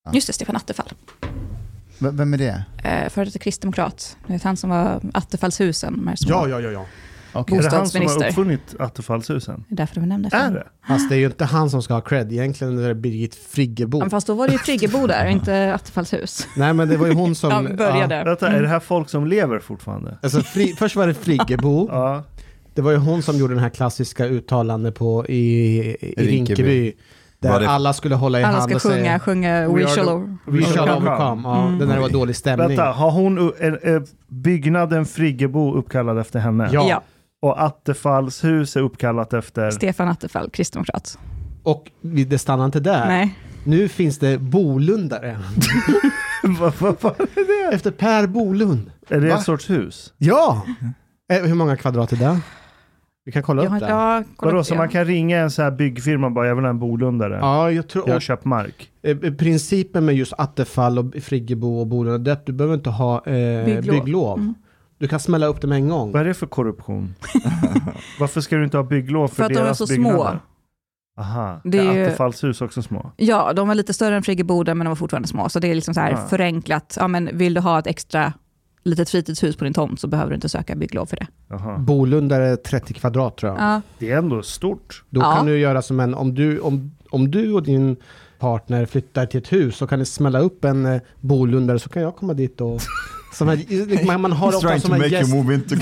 Just det, Stefan Attefall. Vem är det? För det är kristdemokrat. Det är han som var Attefallshusen. Ja. Okay. Är det han som har uppfunnit Attefallshusen? Det är därför vi nämnde det. Är det? Fast det är ju inte han som ska ha cred. Egentligen är det Birgit Friggebo. Men fast då var det ju Friggebo där, inte Attefallshus. Nej, men det var ju hon som... började. Vänta, är det här folk som lever fortfarande? Alltså, först var det Friggebo. Ja. Det var ju hon som gjorde den här klassiska uttalande i Rinkeby. Där alla skulle hålla i hand och säga... Alla ska sjunga We shall overcome. Ja, den här var dålig stämning. Vänta, har hon byggnaden Friggebo uppkallad efter henne? Ja. Och Attefalls hus är uppkallat efter... Stefan Attefall, kristdemokrat. Och det stannar inte där. Nej. Nu finns det Bolundare. Vad är det? Efter Per Bolund. Är det en sorts hus? Ja! Hur många kvadrat är det? Vi kan kolla upp det. Vadå, så man kan ringa en så här byggfirma och bara, jag vill ha en Bolundare. Ja, jag har köpt mark. Principen med just Attefall och Friggebo och Bolund är att du behöver inte ha bygglov. Mm. Du kan smälla upp dem en gång. Vad är det för korruption? Varför ska du inte ha bygglov för att deras de är så byggnader? små. Aha, det är Attefalls hus också små? Ja, de var lite större än Friggeboden men de var fortfarande små. Så det är liksom så här förenklat. Ja, men vill du ha ett extra litet fritidshus på din tomt så behöver du inte söka bygglov för det. Aha. Bolund är 30 kvadrat tror jag. Ja. Det är ändå stort. Då kan du göra som en, om du och din partner flyttar till ett hus så kan ni smälla upp en Bolundare så kan jag komma dit och man har ofta som en gäst.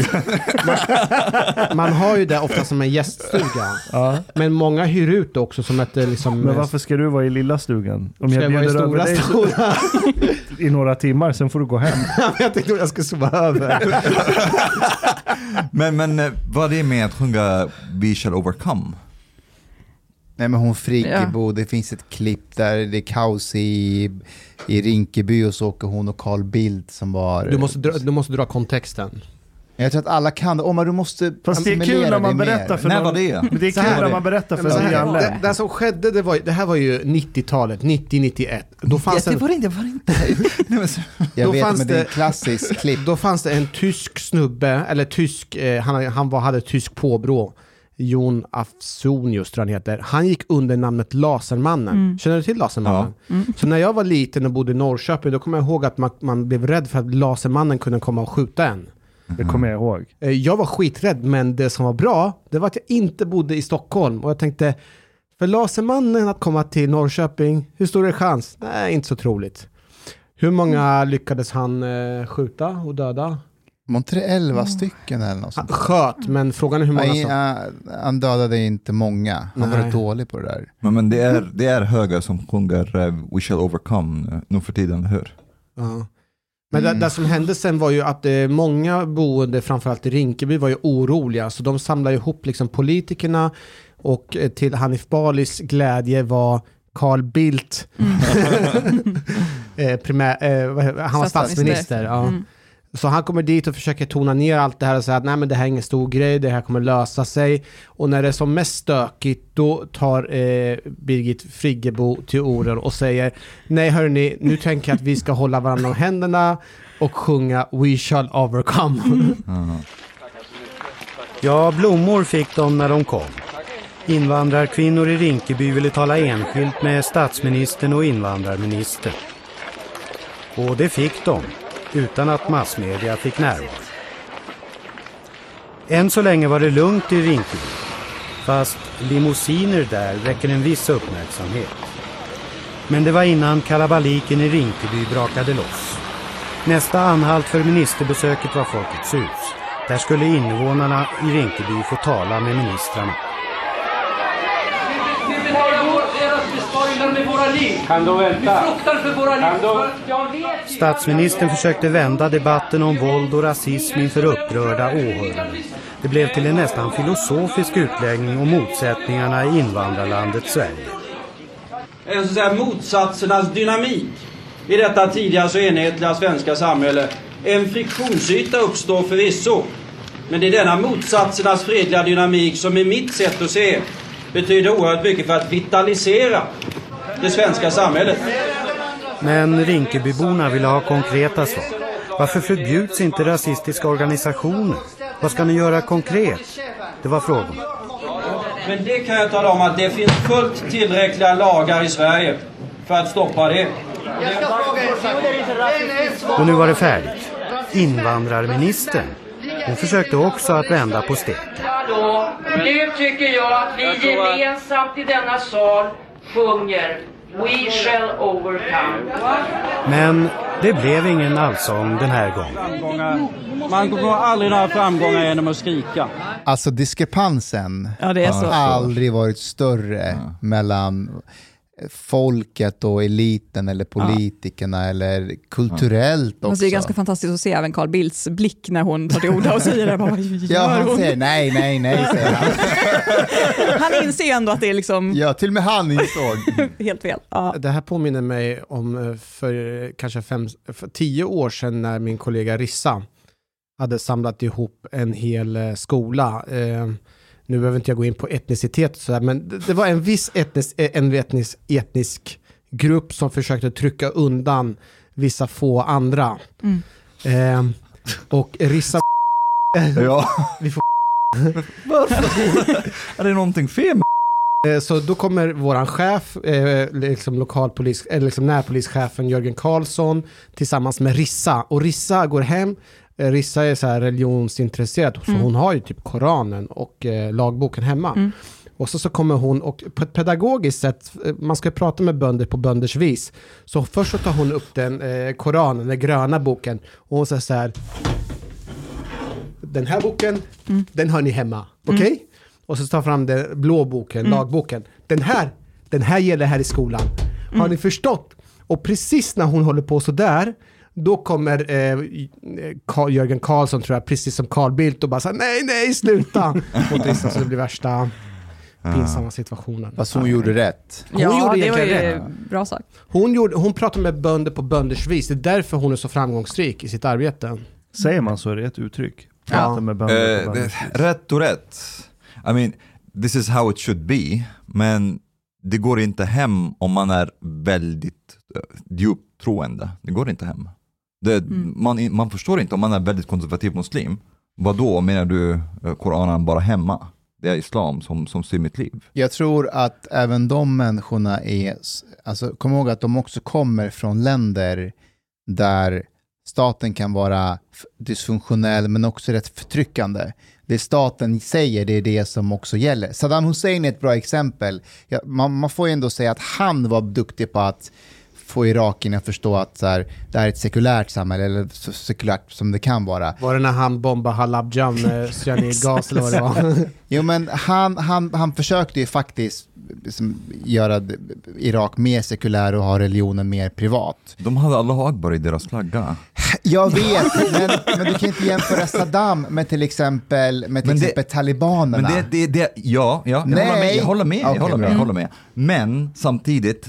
Man har ju det ofta som en gäststuga. Ja. Men många hyr ut också som ett liksom. Men varför ska du vara i lilla stugan? Om jag bjuder över dig i några timmar, sen får du gå hem. Jag tänkte att jag ska sova över. men vad är det med att sjunga We shall overcome? Nej, men hon Friggebo, det finns ett klipp där det är kaos i Rinkeby och så åker hon och Carl Bildt som var... Du måste dra kontexten. Jag tror att alla kan det. Du måste... Fast det är kul när man berättar för någon. Det är kul när man berättar för någon. Det som skedde, det här var ju 90-talet, 90-91. Då fanns det var inte. Jag vet, men det är en klassisk klipp. Då fanns det en tysk snubbe, eller tysk, han hade tysk påbrå. Jon Afsonius tror han heter. Han gick under namnet Lasermannen. Känner du till Lasermannen? Ja. Så när jag var liten och bodde i Norrköping, då kommer jag ihåg att man blev rädd för att Lasermannen kunde komma och skjuta en. Det kommer jag ihåg. Jag var skiträdd, men det som var bra, det var att jag inte bodde i Stockholm. Och jag tänkte, för Lasermannen att komma till Norrköping, hur stor är chans? Nej, inte så troligt. Hur många lyckades han skjuta och döda? Var inte det 11 stycken eller något sånt? Han sköt, men frågan är hur många som... Han dödade inte många. Han var dålig på det där. Men det är höga som sjunger We shall overcome nu för tiden, hör. Ja. Men det som hände sen var ju att många boende, framförallt i Rinkeby, var ju oroliga. Så de samlade ihop liksom politikerna och till Hanif Balis glädje var Carl Bildt han var statsminister. Ja. Så han kommer dit och försöker tona ner allt det här och säga att nej, men det här är ingen stor grej, det här kommer lösa sig. Och när det är som mest stökigt, då tar Birgit Friggebo till orden och säger nej hörni, nu tänker jag att vi ska hålla varandra om händerna och sjunga We shall overcome. Ja, blommor fick de när de kom. Invandrarkvinnor i Rinkeby ville tala enskilt med statsministern och invandrarministern. Och det fick de. Utan att massmedia fick närvara. Än så länge var det lugnt i Rinkeby. Fast limousiner där väcker en viss uppmärksamhet. Men det var innan kalabaliken i Rinkeby brakade loss. Nästa anhalt för ministerbesöket var Folkets hus. Där skulle invånarna i Rinkeby få tala med ministrarna. Kan du vänta? Statsministern försökte vända debatten om våld och rasism inför upprörda åhörare. Det blev till en nästan filosofisk utläggning om motsättningarna i invandrarlandet Sverige. En så att säga motsatsernas dynamik i detta tidigare så enhetliga svenska samhälle. En friktionsyta uppstår förvisso. Men det är denna motsatsernas fredliga dynamik som i mitt sätt att se betyder oerhört mycket för att vitalisera det svenska samhället. Men Rinkebyborna ville ha konkreta svar. Varför förbjuds inte rasistiska organisationer? Vad ska ni göra konkret? Det var frågan. Men det kan jag tala om att det finns fullt tillräckliga lagar i Sverige för att stoppa det. Och nu var det färdigt. Invandrarministern. Hon försökte också att vända på steken. Nu tycker jag att vi gemensamt i denna sal sjunger We shall overcome. Men det blev ingen allsång den här gången. Man kommer aldrig några framgångar genom att skrika. Alltså diskrepansen har aldrig varit större mellan folket och eliten eller politikerna eller kulturellt också. Det är ganska fantastiskt att se även Carl Bildts blick när hon tar till orda och säger det. Han säger nej, säger han. Han inser ändå att det är liksom... Ja, till och med han insåg. Helt fel. Ja. Det här påminner mig om för kanske 10 år sedan när min kollega Rissa hade samlat ihop en hel skola. Nu behöver inte jag gå in på etnicitet och sådär, men det var en viss etnisk grupp som försökte trycka undan vissa få andra. Och Rissa... Ja. Vi får... Varför? Är det någonting fel med? Så då kommer våran chef, liksom lokalpolis, eller liksom närpolischefen Jörgen Karlsson tillsammans med Rissa. Och Rissa går hem. Rissa är så här religionsintresserad, så hon har ju typ Koranen och lagboken hemma. Och så kommer hon, och på ett pedagogiskt sätt, man ska prata med bönder på bönders vis. Så först så tar hon upp den Koranen, den gröna boken, och hon säger så här: den här boken, den har ni hemma, okej? Och så tar fram den blå boken, lagboken. Den här gäller här i skolan. Har ni förstått? Och precis när hon håller på så där, då kommer Jörgen Karlsson, tror jag, precis som Carl Bildt, och bara säger nej, sluta. Och det så det blir värsta pinsamma situationen. Fast hon gjorde rätt. Hon gjorde det var ju rätt. Bra sagt. Hon pratar med bönder på bönders vis. Det är därför hon är så framgångsrik i sitt arbete. Säger man så är det ett uttryck. Ja. Med bönder på bönders vis. Rätt och rätt. I mean, this is how it should be. Men det går inte hem om man är väldigt djupt troende. Det går inte hem. Man förstår inte om man är väldigt konservativ muslim. Vad då menar du Koranen bara hemma? Det är islam som styr mitt liv. Jag tror att även de människorna är... Alltså, kom ihåg att de också kommer från länder där staten kan vara dysfunktionell men också rätt förtryckande. Det staten säger, det är det som också gäller. Saddam Hussein är ett bra exempel. Man får ju ändå säga att han var duktig på att få irakierna att förstå att så här, det här är ett sekulärt samhälle, eller så sekulärt som det kan vara. Var det när han bombade Halabja med cyanidgas eller vad det var? Jo, men han försökte ju faktiskt liksom göra Irak mer sekulär och ha religionen mer privat. De hade Allahu Akbar i deras flagga. Jag vet, men du kan inte jämföra Saddam med till exempel talibanerna. Men jag håller med. Men samtidigt,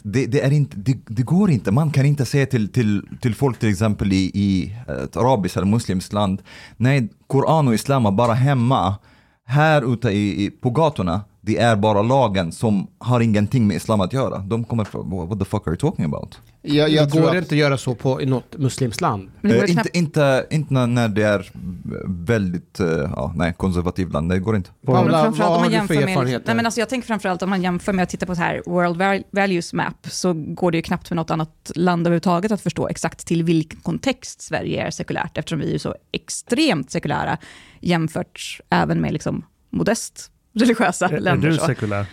det går inte. Man kan inte säga till folk till exempel i ett arabiskt eller muslimskt land, nej, Koran och islam är bara hemma. Här ute på gatorna, det är bara lagen som har ingenting med islam att göra. De kommer från, what the fuck are you talking about? Jag går det inte att göra så i något muslimskt land? Inte när det är väldigt konservativt land. Det går inte. Paula, vad har du för erfarenheter? Men alltså, jag tänker framförallt om man jämför med att titta på så här World Values Map, så går det ju knappt för något annat land överhuvudtaget att förstå exakt till vilken kontext Sverige är sekulärt, eftersom vi är så extremt sekulära jämfört även med liksom modest religiösa länder. Är du sekulär?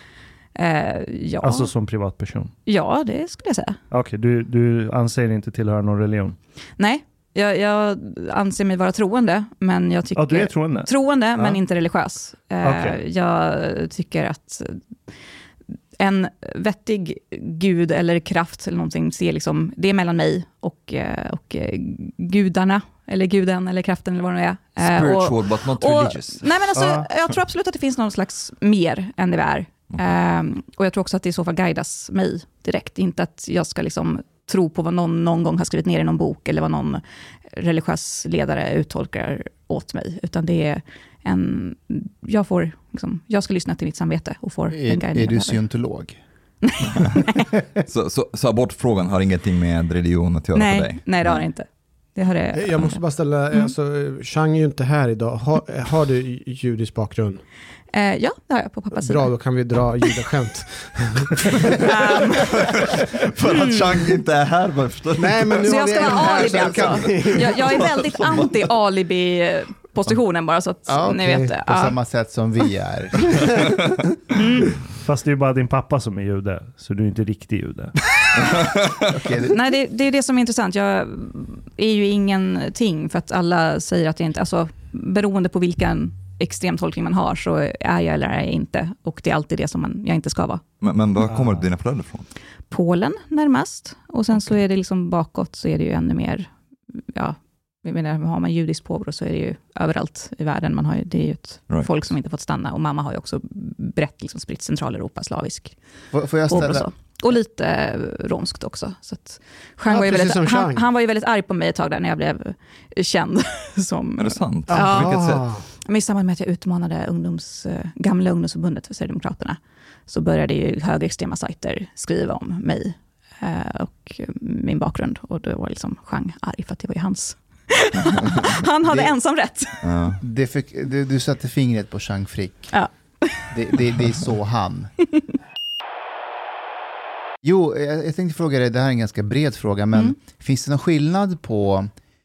Ja. Alltså som privatperson? Ja, det skulle jag säga. Okej, du anser inte tillhöra någon religion? Nej, jag anser mig vara troende, men jag tycker... Ja, du är troende? Troende, men inte religiös. Jag tycker att en vettig gud eller kraft eller någonting ser liksom, det är mellan mig och gudarna, eller guden eller kraften eller vad det är. Spiritual but not religious. Nej, men alltså, jag tror absolut att det finns någon slags mer än det vi är. Och jag tror också att det i så fall guidas mig direkt. Inte att jag ska liksom tro på vad någon gång har skrivit ner i någon bok eller vad någon religiös ledare uttolkar åt mig. Utan det är jag ska lyssna till mitt samvete och får en guidning. Är du scientolog? så abortfrågan har ingenting med religion att göra för dig? Nej, det har det inte. Jag måste bara ställa, Chang är ju inte här idag. Har du judisk bakgrund? Ja, det har jag på pappas sida. Bra, då kan vi dra judaskämt. För att Chang inte är här, vad förstår du? Nej, men nu så har jag vi ska en vara här, alibi så alltså. kan- Jag är väldigt anti-alibi-positionen bara, så att ni vet det. På samma sätt som vi är. Fast det är bara din pappa som är jude, så du är inte riktig jude. Nej, det är det som är intressant. Jag är ju ingenting, för att alla säger att jag inte... Alltså, beroende på vilken extrem tolkning man har så är jag eller är jag inte. Och det är alltid det som jag inte ska vara. Men var kommer dina föräldrar från? Polen närmast. Och sen så är det liksom bakåt så är det ju ännu mer... Ja, jag menar, har man judisk påbrå så är det ju överallt i världen. Man har ju, det är ju ett folk som inte fått stanna. Och mamma har ju också brett liksom spritt Centraleuropa, slavisk. Får jag ställa... Och lite romskt också. Så att Chang var ju väldigt, han var ju väldigt arg på mig ett tag där när jag blev känd. Som, är det sant? Ja. På vilket sätt? Men i samband med att jag utmanade gamla ungdomsförbundet för Sverigedemokraterna så började ju högerextrema sajter skriva om mig och min bakgrund. Och då var liksom Chang arg för att det var ju hans. Han hade ensam rätt. Ja. Du satte fingret på Chang Frick. Ja. Det är så han. Jo, jag tänkte fråga dig, det här är en ganska bred fråga, men finns det någon skillnad på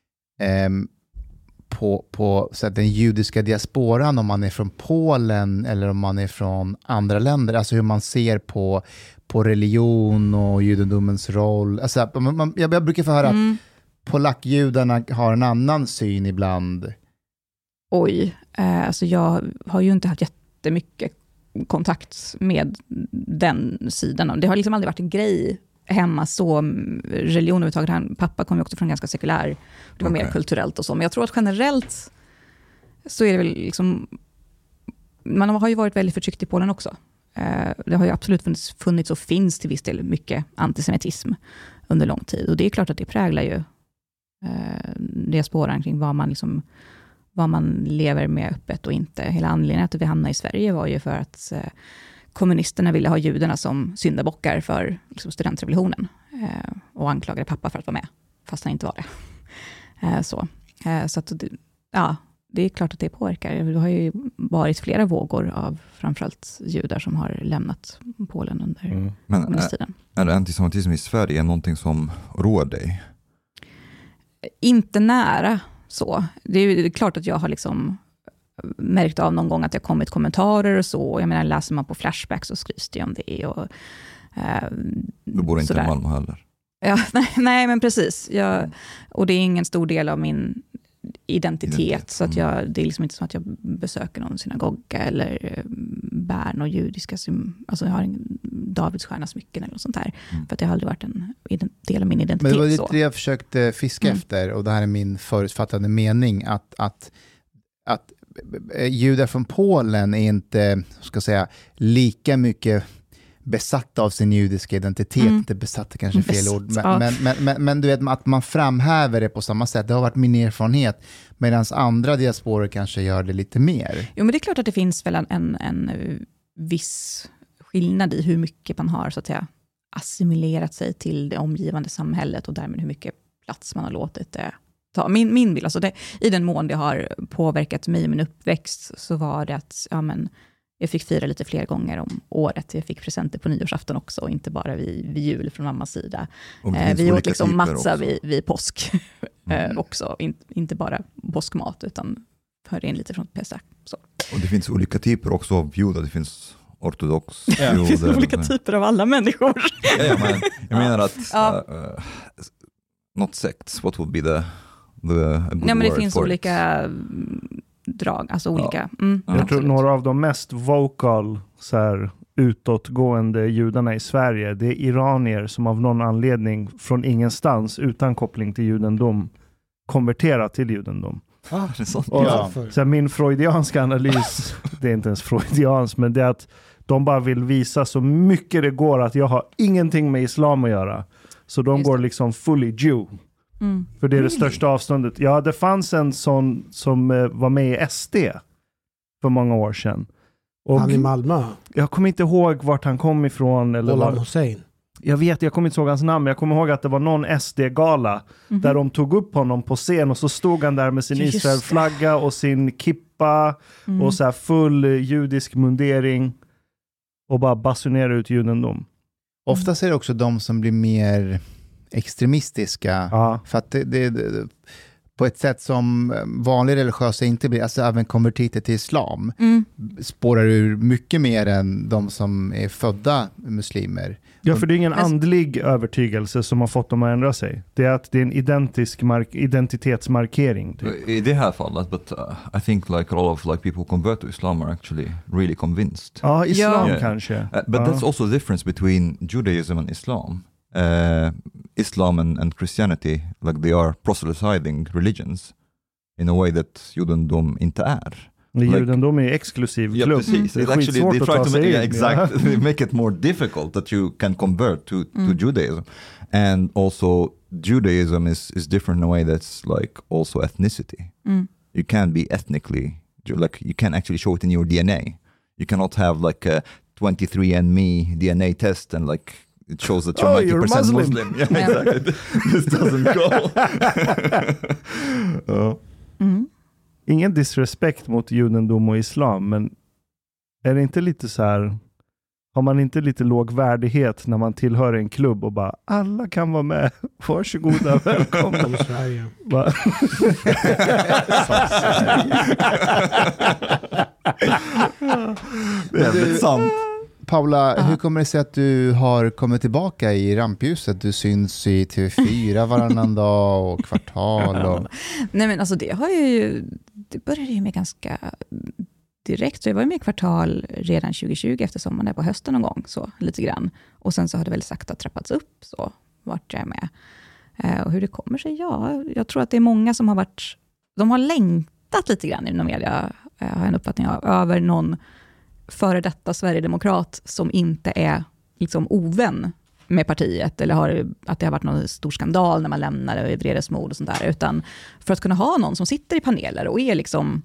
så att den judiska diasporan om man är från Polen eller om man är från andra länder? Alltså hur man ser på religion och judendomens roll. Alltså, jag brukar få höra att polackjudarna har en annan syn ibland. Oj, alltså jag har ju inte haft jättemycket kontakt med den sidan. Det har liksom aldrig varit en grej hemma så religion överhuvudtaget. Pappa kom ju också från ganska sekulär. Det var mer kulturellt och så. Men jag tror att generellt så är det väl liksom... Man har ju varit väldigt förtryckt i Polen också. Det har ju absolut funnits och finns till viss del mycket antisemitism under lång tid. Och det är klart att det präglar ju diasporan kring vad man lever med öppet och inte. Hela anledningen att vi hamnade i Sverige var ju för att kommunisterna ville ha judarna som syndabockar för liksom, studentrevolutionen och anklagade pappa för att vara med, fast han inte var det. Så att det är klart att det påverkar. Det har ju varit flera vågor av framförallt judar som har lämnat Polen under kommunisttiden. Är antisemitism i Sverige någonting som rår dig? Inte nära så. Det är klart att jag har liksom märkt av någon gång att det har kommit kommentarer och så. Jag menar, läser man på Flashback så skrivs det om det. Och, du bor inte i Malmö heller. Ja, nej, men precis. Och det är ingen stor del av min identitet. Så att det är liksom inte så att jag besöker någon synagoga eller bär någon judiska alltså jag har en Davidsstjärna smycken eller något sånt där. För att det har aldrig varit en del av min identitet. Men det var lite det jag försökte fiska efter, och det här är min förutfattade mening, att judar från Polen är inte, ska säga, lika mycket besatta av sin judiska identitet. Inte besatta kanske fel ord. Men du vet, att man framhäver det på samma sätt. Det har varit min erfarenhet. Medan andra diasporer kanske gör det lite mer. Jo, men det är klart att det finns väl en viss skillnad i hur mycket man har så att säga assimilerat sig till det omgivande samhället och därmed hur mycket plats man har låtit det ta. Min bild, alltså i den mån det har påverkat mig i min uppväxt så var det att jag fick fira lite fler gånger om året. Jag fick presenter på nyårsafton också, och inte bara vid jul från mammas sida. Vi åt liksom matza vid påsk också. Inte bara påskmat, utan hörde in lite från Pesach. Så. Och det finns olika typer också av judar. Det finns ortodox judar. Det finns olika typer av alla människor. Jag menar att not sects, what would be the men det finns olika drag, alltså olika. Jag tror några av de mest vocal så här, utåtgående judarna i Sverige, det är iranier som av någon anledning från ingenstans utan koppling till judendom konverterar till judendom. Det är sånt. Och, så här, min freudianska analys, det är inte ens freudians, men det är att de bara vill visa så mycket det går att jag har ingenting med islam att göra. Så de går liksom fully Jew. För det är det största avståndet. Ja, det fanns en sån som var med i SD för många år sedan. Och han i Malmö? Jag kommer inte ihåg vart han kom ifrån. Olan Hussein? Jag kommer inte ihåg hans namn, men jag kommer ihåg att det var någon SD-gala där de tog upp honom på scen och så stod han där med sin Israel-flagga och sin kippa och så här full judisk mundering och bara basunera ut judendom. Oftast är det också de som blir mer extremistiska. För att det på ett sätt som vanliga religiösa inte blir, alltså även konvertiter till islam, spårar ur mycket mer än de som är födda muslimer. Ja, för det är ingen andlig övertygelse som har fått dem att ändra sig. Det är att det är en identitetsmarkering. Typ. I det här fallet, but I think like a lot of like people who convert to Islam are actually really convinced. Ja, islam kanske. But that's also the difference between Judaism and Islam. Islam and Christianity, like they are proselytizing religions in a way that judendom inte är. Judendom är exklusiv klubb. Ja, precis. Det är skitsvårt att ta sig in. Exactly. They make it more difficult that you can convert to Judaism. And also Judaism is different in a way that's like also ethnicity. You can't be ethnically, like you can actually show it in your DNA. You cannot have like a 23andMe DNA test and like it shows that you're 90% Muslim. Yeah, exactly. This doesn't go. Ingen disrespekt mot judendom och islam, men är det inte lite så här, har man inte lite låg värdighet när man tillhör en klubb och bara, alla kan vara med, varsågoda, välkomna. Sverige. Det är väldigt sant. Paula, hur kommer det sig att du har kommit tillbaka i rampljuset? Du syns i TV4 varannan dag och Kvartal. Och... Nej, men alltså det började ju med ganska direkt. Så jag var ju med i Kvartal redan 2020 efter sommaren, där på hösten någon gång, så lite grann. Och sen så har det väl sakta trappats upp, så vart jag med. Och hur det kommer sig, jag tror att det är många som de har längtat lite grann inom media, har jag en uppfattning av, över någon före detta Sverigedemokrat som inte är liksom ovän med partiet, eller att det har varit någon stor skandal när man lämnade i vredesmod och sånt där, utan för att kunna ha någon som sitter i paneler och är liksom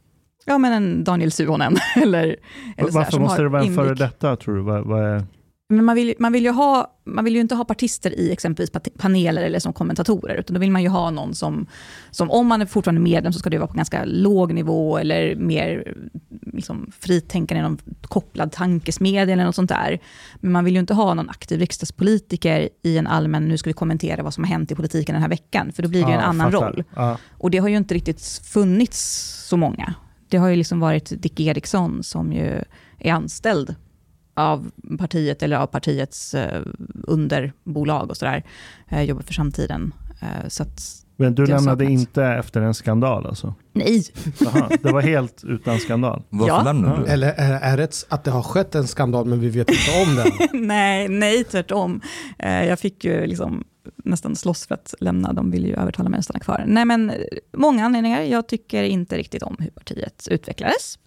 en Daniel Suhonen eller varför måste det vara en före detta, tror du? Vad är... Men man vill ju inte ha partister i exempelvis paneler eller som kommentatorer, utan då vill man ju ha någon som om man är fortfarande medlem, så ska det vara på ganska låg nivå eller mer liksom fritänkande, någon kopplad tankesmedja eller något sånt där. Men man vill ju inte ha någon aktiv riksdagspolitiker i en allmän, nu ska vi kommentera vad som har hänt i politiken den här veckan, för då blir det ju en annan roll. Och det har ju inte riktigt funnits så många. Det har ju liksom varit Dick Eriksson som ju är anställd av partiet eller av partiets underbolag och sådär, jobbar för Samtiden. Så att men du lämnade inte efter en skandal alltså? Nej. Aha, det var helt utan skandal. Varför lämnade du? Eller är det att det har skett en skandal men vi vet inte om den? nej, tvärtom. Jag fick ju liksom nästan slåss för att lämna. De ville ju övertala mig att stanna kvar. Nej, men många anledningar. Jag tycker inte riktigt om hur partiet utvecklades.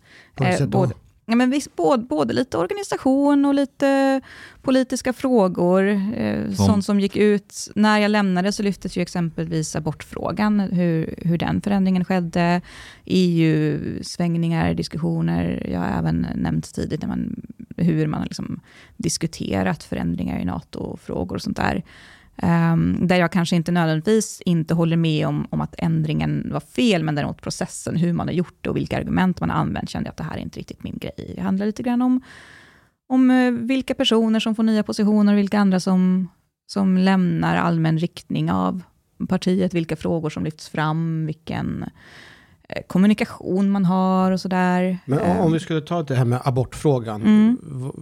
Ja, men både lite organisation och lite politiska frågor. Sånt som gick ut. När jag lämnade så lyftes ju exempelvis abortfrågan. Hur den förändringen skedde. EU-svängningar, diskussioner. Jag har även nämnt tidigt hur man har liksom diskuterat förändringar i NATO-frågor och sånt där. Där jag kanske inte nödvändigtvis inte håller med om att ändringen var fel, men däremot processen, hur man har gjort det och vilka argument man har använt, kände jag att det här är inte riktigt min grej. Det handlar lite grann om vilka personer som får nya positioner och vilka andra som lämnar allmän riktning av partiet, vilka frågor som lyfts fram, vilken kommunikation man har och sådär. Men om vi skulle ta det här med abortfrågan,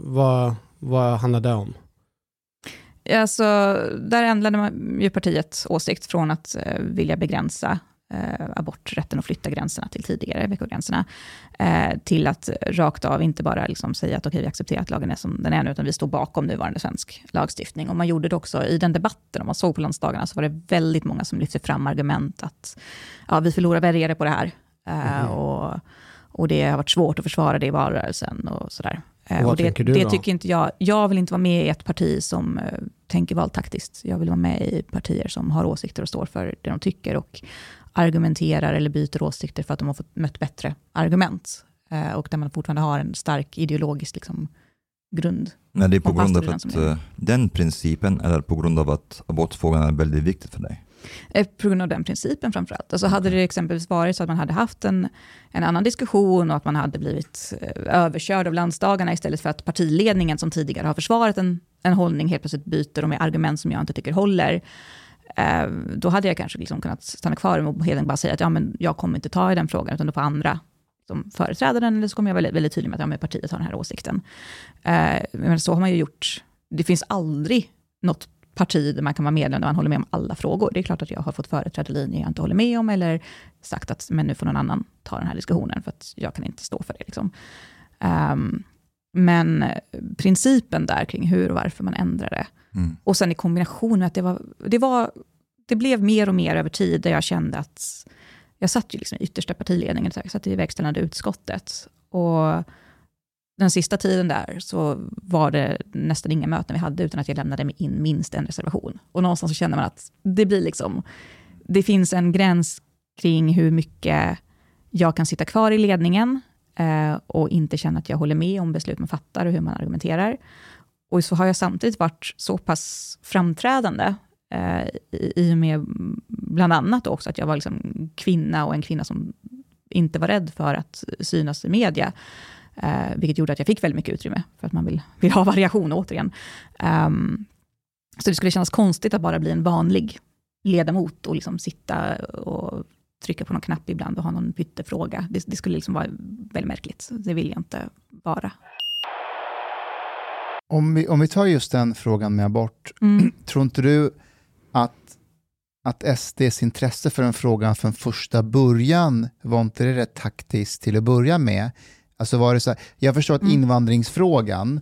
vad handlar det om? Alltså, där ändrade man ju partiets åsikt från att vilja begränsa aborträtten och flytta gränserna till tidigare veckogränserna till att rakt av inte bara liksom säga att okej, vi accepterar att lagen är som den är nu, utan vi står bakom nuvarande svensk lagstiftning. Och man gjorde det också i den debatten, om man såg på landsdagarna, så var det väldigt många som lyfte fram argument att vi förlorar väljare på det här och det har varit svårt att försvara det i valrörelsen och sådär. Och det tycker inte jag vill inte vara med i ett parti som tänker valtaktiskt. Jag vill vara med i partier som har åsikter och står för det de tycker och argumenterar eller byter åsikter för att de har fått mött bättre argument. Och där man fortfarande har en stark ideologisk liksom, grund. Nej, det är på grund av att den principen, eller på grund av att abortfrågan är väldigt viktigt för dig? På grund av den principen framförallt. Alltså hade det exempelvis varit så att man hade haft en annan diskussion och att man hade blivit överkörd av landsdagarna istället för att partiledningen som tidigare har försvarat en hållning helt plötsligt byter och med argument som jag inte tycker håller, då hade jag kanske liksom kunnat stanna kvar och helt enkelt bara säga att men jag kommer inte ta i den frågan utan då får andra som företräder den, eller så kommer jag väldigt, väldigt tydlig med att partiet har den här åsikten. Men så har man ju gjort. Det finns aldrig något parti där man kan vara medlem där man håller med om alla frågor. Det är klart att jag har fått företräda linjer jag inte håller med om eller sagt att men nu får någon annan ta den här diskussionen för att jag kan inte stå för det. Liksom. Men principen där kring hur och varför man ändrade och sen i kombination med att det blev mer och mer över tid där jag kände att jag satt ju liksom i yttersta partiledningen, jag satt i verkställande utskottet och den sista tiden där så var det nästan inga möten vi hade utan att jag lämnade in minst en reservation. Och någonstans så känner man att det blir liksom, det finns en gräns kring hur mycket jag kan sitta kvar i ledningen och inte känna att jag håller med om beslut man fattar och hur man argumenterar. Och så har jag samtidigt varit så pass framträdande i och med bland annat också att jag var liksom kvinna och en kvinna som inte var rädd för att synas i media. Vilket gjorde att jag fick väldigt mycket utrymme för att man vill ha variation återigen. Så det skulle kännas konstigt att bara bli en vanlig ledamot och liksom sitta och trycka på någon knapp ibland och ha någon pyttefråga. Det skulle liksom vara väldigt märkligt. Det vill jag inte vara. Om vi tar just den frågan med abort, tror inte du att SDs intresse för den frågan från första början var inte det rätt taktiskt till att börja med? Alltså var det så här, jag förstår att invandringsfrågan,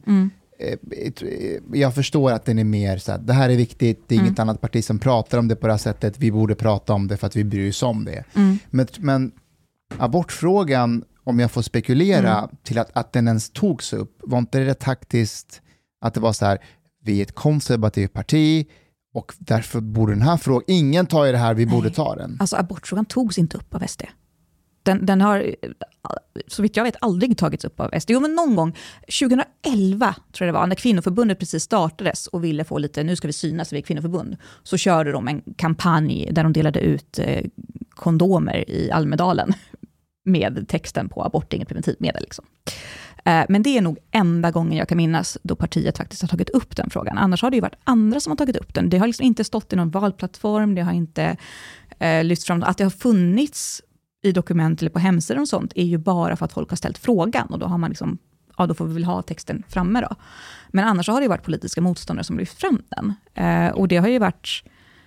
jag förstår att den är mer så här, det här är viktigt, det är inget annat parti som pratar om det på det här sättet, vi borde prata om det för att vi bryr oss om det. Men abortfrågan, om jag får spekulera till att den ens togs upp, var inte det taktiskt att det var så här, vi är ett konservativt parti och därför borde den här frågan, ingen tar i det här, vi borde ta den. Alltså abortfrågan togs inte upp av SD. Den har, så vitt jag vet, aldrig tagits upp av SD. Jo, men någon gång, 2011 tror jag det var, när kvinnoförbundet precis startades och ville få lite, nu ska vi synas vid kvinnoförbund, så körde de en kampanj där de delade ut kondomer i Almedalen med texten på abort inget preventivmedel. Liksom. Men det är nog enda gången jag kan minnas då partiet faktiskt har tagit upp den frågan. Annars har det ju varit andra som har tagit upp den. Det har liksom inte stått i någon valplattform, det har inte lyft fram, att det har funnits i dokument eller på hemsidor och sånt är ju bara för att folk har ställt frågan och då har man liksom, ja då får vi väl ha texten framme då. Men annars har det ju varit politiska motståndare som lyft fram den. Och det har ju varit,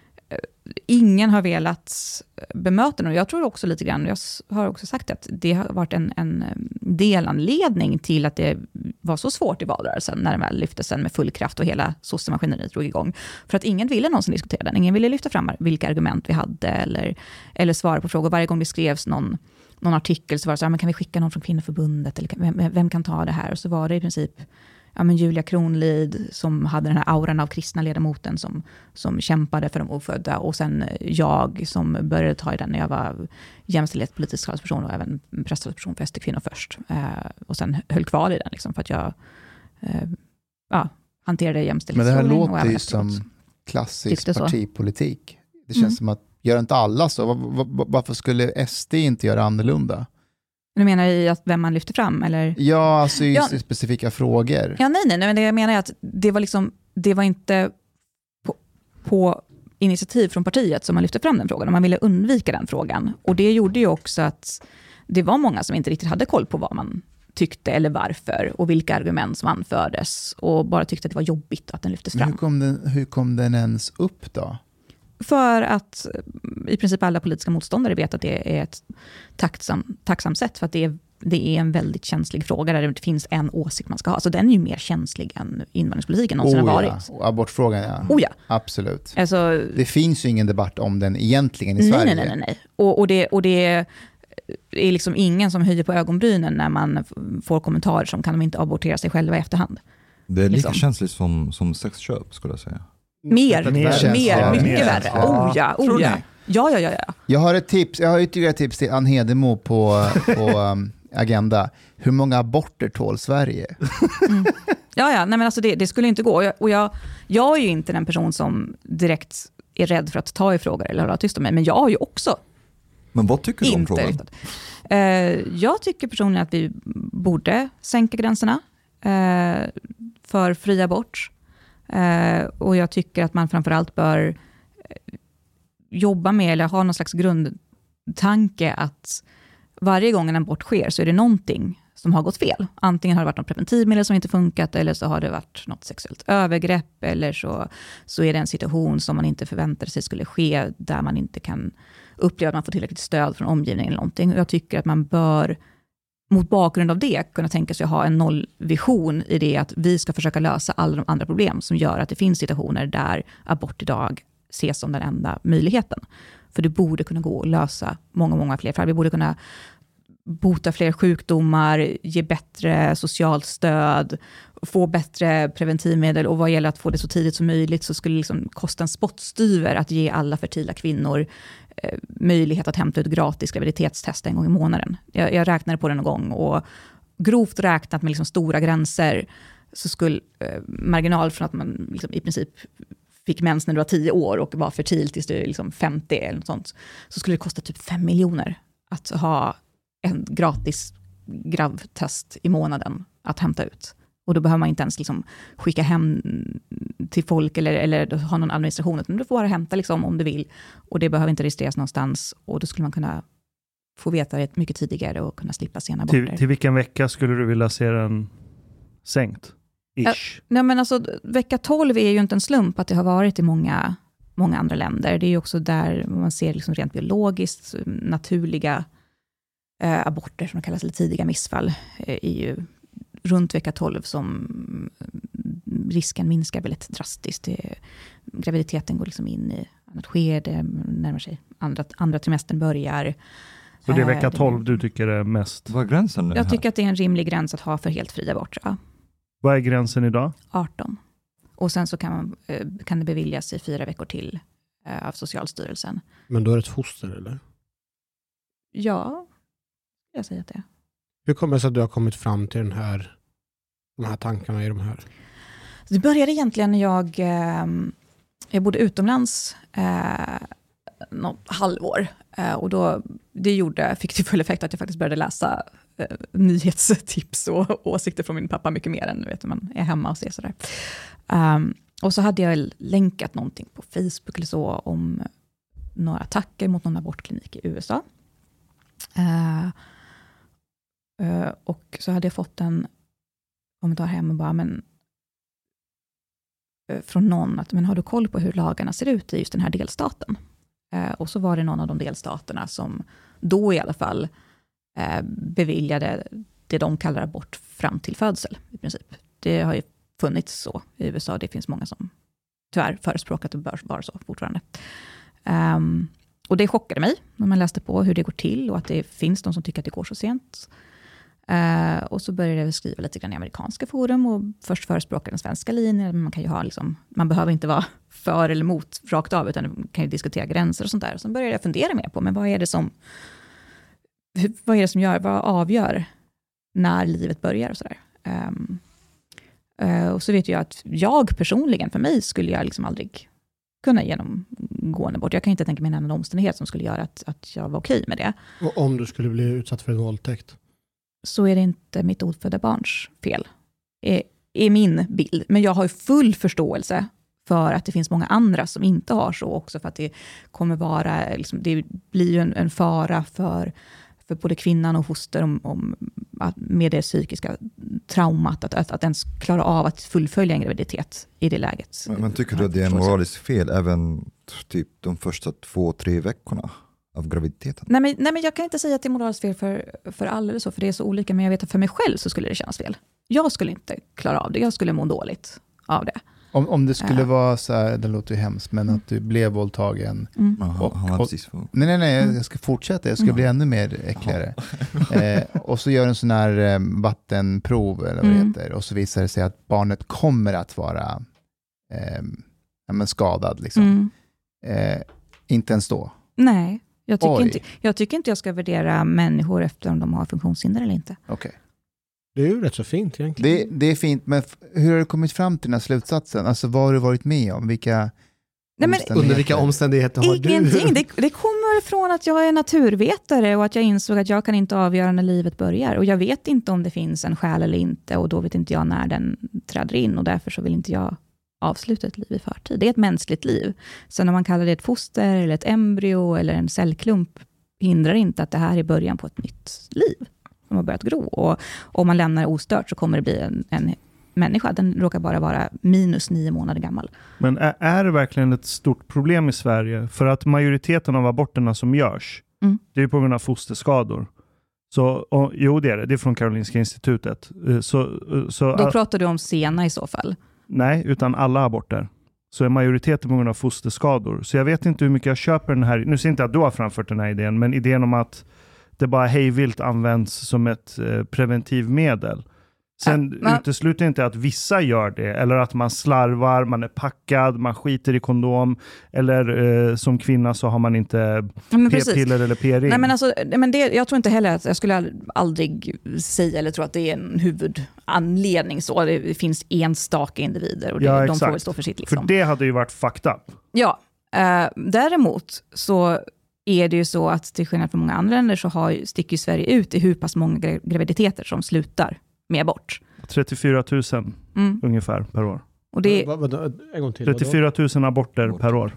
ingen har velat bemöta den och jag tror också lite grann, jag har också sagt att det har varit en delanledning till att det var så svårt i valrörelsen när den väl lyftes sen med full kraft och hela sossemaskineriet drog igång. För att ingen ville någonsin diskutera den. Ingen ville lyfta fram vilka argument vi hade eller svara på frågor. Varje gång det skrevs någon artikel så var det så här, men kan vi skicka någon från kvinnoförbundet eller vem kan ta det här? Och så var det i princip Julia Kronlid som hade den här auran av kristna ledamoten som kämpade för de ofödda och sen jag som började ta i den när jag var jämställdhetspolitisk talesperson och även presstalesperson för SD Kvinnor först. Och sen höll kvar i den liksom, för att jag hanterade jämställdhetsfrågan. Men det här låter ju som klassisk partipolitik. Det känns som att gör inte alla så. Varför skulle SD inte göra annorlunda? Du menar i att vem man lyfter fram? Eller? Ja, alltså i specifika frågor. Ja, nej, men det jag menar är att det var inte på initiativ från partiet som man lyfte fram den frågan. Och man ville undvika den frågan. Och det gjorde ju också att det var många som inte riktigt hade koll på vad man tyckte eller varför och vilka argument som anfördes. Och bara tyckte att det var jobbigt att den lyftes fram. Hur kom den ens upp då? För att i princip alla politiska motståndare vet att det är ett tacksamt sätt för att det är en väldigt känslig fråga där det inte finns en åsikt man ska ha. Så den är ju mer känslig än invandringspolitiken någonsin har varit. Ja. Abortfrågan, ja. Ja. Absolut. Alltså, det finns ju ingen debatt om den egentligen i Sverige. Nej. Och det är liksom ingen som höjer på ögonbrynen när man får kommentarer som kan de inte abortera sig själva i efterhand. Det är lika känsligt som sexköp skulle jag säga. Mer, mycket värre. Ja. Jag har ytterligare ett tips till Ann Hedemo på Agenda. Hur många aborter tål Sverige? Ja, nej men alltså det skulle inte gå. Och jag är ju inte den person som direkt är rädd för att ta i frågor eller hålla tyst om mig. Men jag har ju också. Men vad tycker du om frågan? Jag tycker personligen att vi borde sänka gränserna för fri abort. Och jag tycker att man framförallt bör jobba med eller ha någon slags grundtanke att varje gång en abort sker så är det någonting som har gått fel. Antingen har det varit något preventivmedel som inte funkat, eller så har det varit något sexuellt övergrepp, eller så är det en situation som man inte förväntade sig skulle ske, där man inte kan uppleva att man får tillräckligt stöd från omgivningen eller någonting. Jag tycker att man bör mot bakgrund av det kunna tänka sig att ha en nollvision i det, att vi ska försöka lösa alla de andra problem som gör att det finns situationer där abort idag ses som den enda möjligheten. För det borde kunna gå att lösa många fler fall. Vi borde kunna bota fler sjukdomar, ge bättre socialt stöd, få bättre preventivmedel, och vad gäller att få det så tidigt som möjligt så skulle det liksom kosta en spottstyver att ge alla fertila kvinnor möjlighet att hämta ut gratis graviditetstest en gång i månaden. Jag räknade på det någon gång, och grovt räknat med liksom stora gränser så skulle marginal från att man liksom i princip fick mens när du var 10 år och var fertil tills du är liksom 50 eller något sånt, så skulle det kosta typ 5 miljoner att ha en gratis gravtest i månaden att hämta ut. Och då behöver man inte ens liksom skicka hem till folk eller ha någon administration, utan du får bara hämta liksom om du vill. Och det behöver inte registreras någonstans, och då skulle man kunna få veta det mycket tidigare och kunna slippa sena aborter. Till vilken vecka skulle du vilja se den sänkt? Ish. Nej, men alltså, vecka 12 är ju inte en slump att det har varit i många andra länder. Det är ju också där man ser liksom rent biologiskt naturliga aborter som kallas eller tidiga missfall är ju runt vecka 12 som risken minskar väldigt drastiskt. Graviditeten går liksom in i annat skede, närmar sig andra trimestern börjar. Så det är vecka 12 du tycker är mest? Vad är gränsen nu? Jag tycker att det är en rimlig gräns att ha för helt fri abort. Ja. Vad är gränsen idag? 18. Och sen så kan det beviljas i 4 veckor till av Socialstyrelsen. Men då är det ett foster, eller? Ja, jag säger att det är. Hur kommer det sig att du har kommit fram till de här tankarna i de här? Det började egentligen när jag bodde utomlands något halvår. Och då fick det full effekt att jag faktiskt började läsa nyhetstips och åsikter från min pappa mycket mer än man är hemma och ser sådär. Och så hade jag länkat någonting på Facebook eller så om några attacker mot någon abortklinik i USA. Och så hade jag fått en kommentar hem och bara, från någon att, men har du koll på hur lagarna ser ut i just den här delstaten? Och så var det någon av de delstaterna som då i alla fall beviljade det de kallar abort fram till födsel i princip. Det har ju funnits så i USA. Det finns många som tyvärr förespråkat och bör vara så fortfarande. Och det chockade mig när man läste på hur det går till och att det finns de som tycker att det går så sent. Och så började jag skriva lite grann i amerikanska forum och först förespråka den svenska linjen. Man kan ju ha man behöver inte vara för eller mot rakt av, utan man kan ju diskutera gränser och sånt där. Och så började jag fundera mer på, men vad är det som vad avgör när livet börjar och sådär. Och så vet jag att jag personligen, för mig skulle jag liksom aldrig kunna genomgå en abort. Jag kan inte tänka mig en annan omständighet som skulle göra att jag var okej med det. Och om du skulle bli utsatt för en våldtäkt? Så är det inte mitt ofödda barns fel. Är min bild. Men jag har ju full förståelse för att det finns många andra som inte har så också. För att det kommer vara, liksom, det blir ju en fara för både kvinnan och foster med det psykiska traumat att ens klara av att fullfölja en graviditet i det läget. Men tycker du att det är moraliskt fel även typ de första 2-3 veckorna av graviditeten? Nej, men jag kan inte säga att det är moraliskt fel för alla eller så, för det är så olika, men jag vet att för mig själv så skulle det kännas fel. Jag skulle inte klara av det, jag skulle må dåligt av det. Om det skulle vara så här, det låter ju hemskt, men att du blev våldtagen. Nej, jag ska fortsätta, jag ska bli ännu mer äckligare. Och så gör en sån här vattenprov eller vad det heter, och så visar det sig att barnet kommer att vara skadad liksom. Inte ens då. Nej, jag tycker inte jag ska värdera människor efter om de har funktionshinder eller inte. Okej. Det är ju rätt så fint egentligen. Det är fint, men hur har du kommit fram till den här slutsatsen? Alltså vad har du varit med om? Under vilka omständigheter har du? Ingenting. Det kommer från att jag är naturvetare och att jag insåg att jag kan inte avgöra när livet börjar. Och jag vet inte om det finns en själ eller inte, och då vet inte jag när den träder in, och därför så vill inte jag avsluta ett liv i förtid. Det är ett mänskligt liv. Så när man kallar det ett foster eller ett embryo eller en cellklump hindrar inte att det här är början på ett nytt liv som har börjat gro. Och om man lämnar det ostört så kommer det bli en människa. Den råkar bara vara -9 månader gammal. Men är det verkligen ett stort problem i Sverige? För att majoriteten av aborterna som görs, det är på grund av fosterskador. Så, jo, det är det. Det är från Karolinska institutet. Då pratar du om sena i så fall? Nej, utan alla aborter. Så är majoriteten på grund av fosterskador. Så jag vet inte hur mycket jag köper den här. Nu ser inte att du har framfört den här idén, men idén om att det bara hejvilt används som ett preventivmedel. Sen utesluter inte att vissa gör det, eller att man slarvar, man är packad, man skiter i kondom, eller som kvinna så har man inte p-piller eller p-ring. Nej, men alltså, jag tror inte heller att jag skulle aldrig säga eller tro att det är en huvudanledning så. Det finns enstaka individer och de får väl stå för sitt. Liksom. För det hade ju varit fucked up. Ja, däremot så är det ju så att till skillnad från många andra länder så sticker ju Sverige ut i hur pass många graviditeter som slutar med abort. 34 000 ungefär per år. Och det en gång till, 34 000 aborter per år.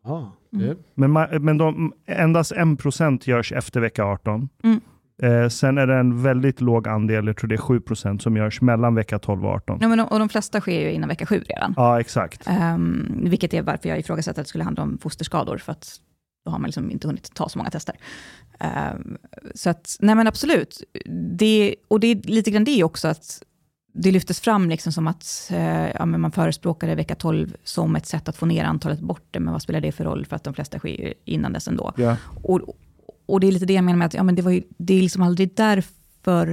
Men endast 1% görs efter vecka 18. Sen är det en väldigt låg andel, jag tror det är 7% som görs mellan vecka 12 och 18. Ja, men och de flesta sker ju innan vecka 7 redan. Ja, exakt. Vilket är varför jag ifrågasätter att det skulle handla om fosterskador, för att då har man liksom inte hunnit ta så många tester. Så att, nej men absolut. Det är lite grann det också, att det lyftes fram liksom som att men man förespråkade vecka 12 som ett sätt att få ner antalet aborter, men vad spelar det för roll, för att de flesta sker innan dess ändå. Yeah. Och det är lite det jag menar med att det är liksom aldrig därför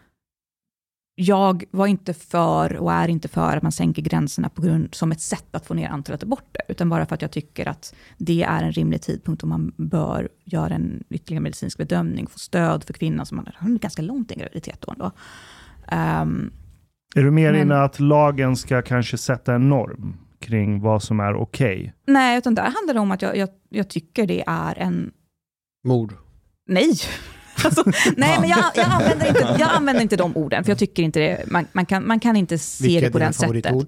jag var inte för och är inte för att man sänker gränserna på grund som ett sätt att få ner antalet aborter, utan bara för att jag tycker att det är en rimlig tidpunkt och man bör göra en ytterligare medicinsk bedömning, få stöd för kvinnan som har en ganska långt i graviditet då ändå. Är du mer inne att lagen ska kanske sätta en norm kring vad som är okej? Nej, utan där handlar det om att jag tycker det är en... Mord? Nej. Alltså, nej, men jag använder inte de orden, för jag tycker inte det, man kan inte se det på det sättet.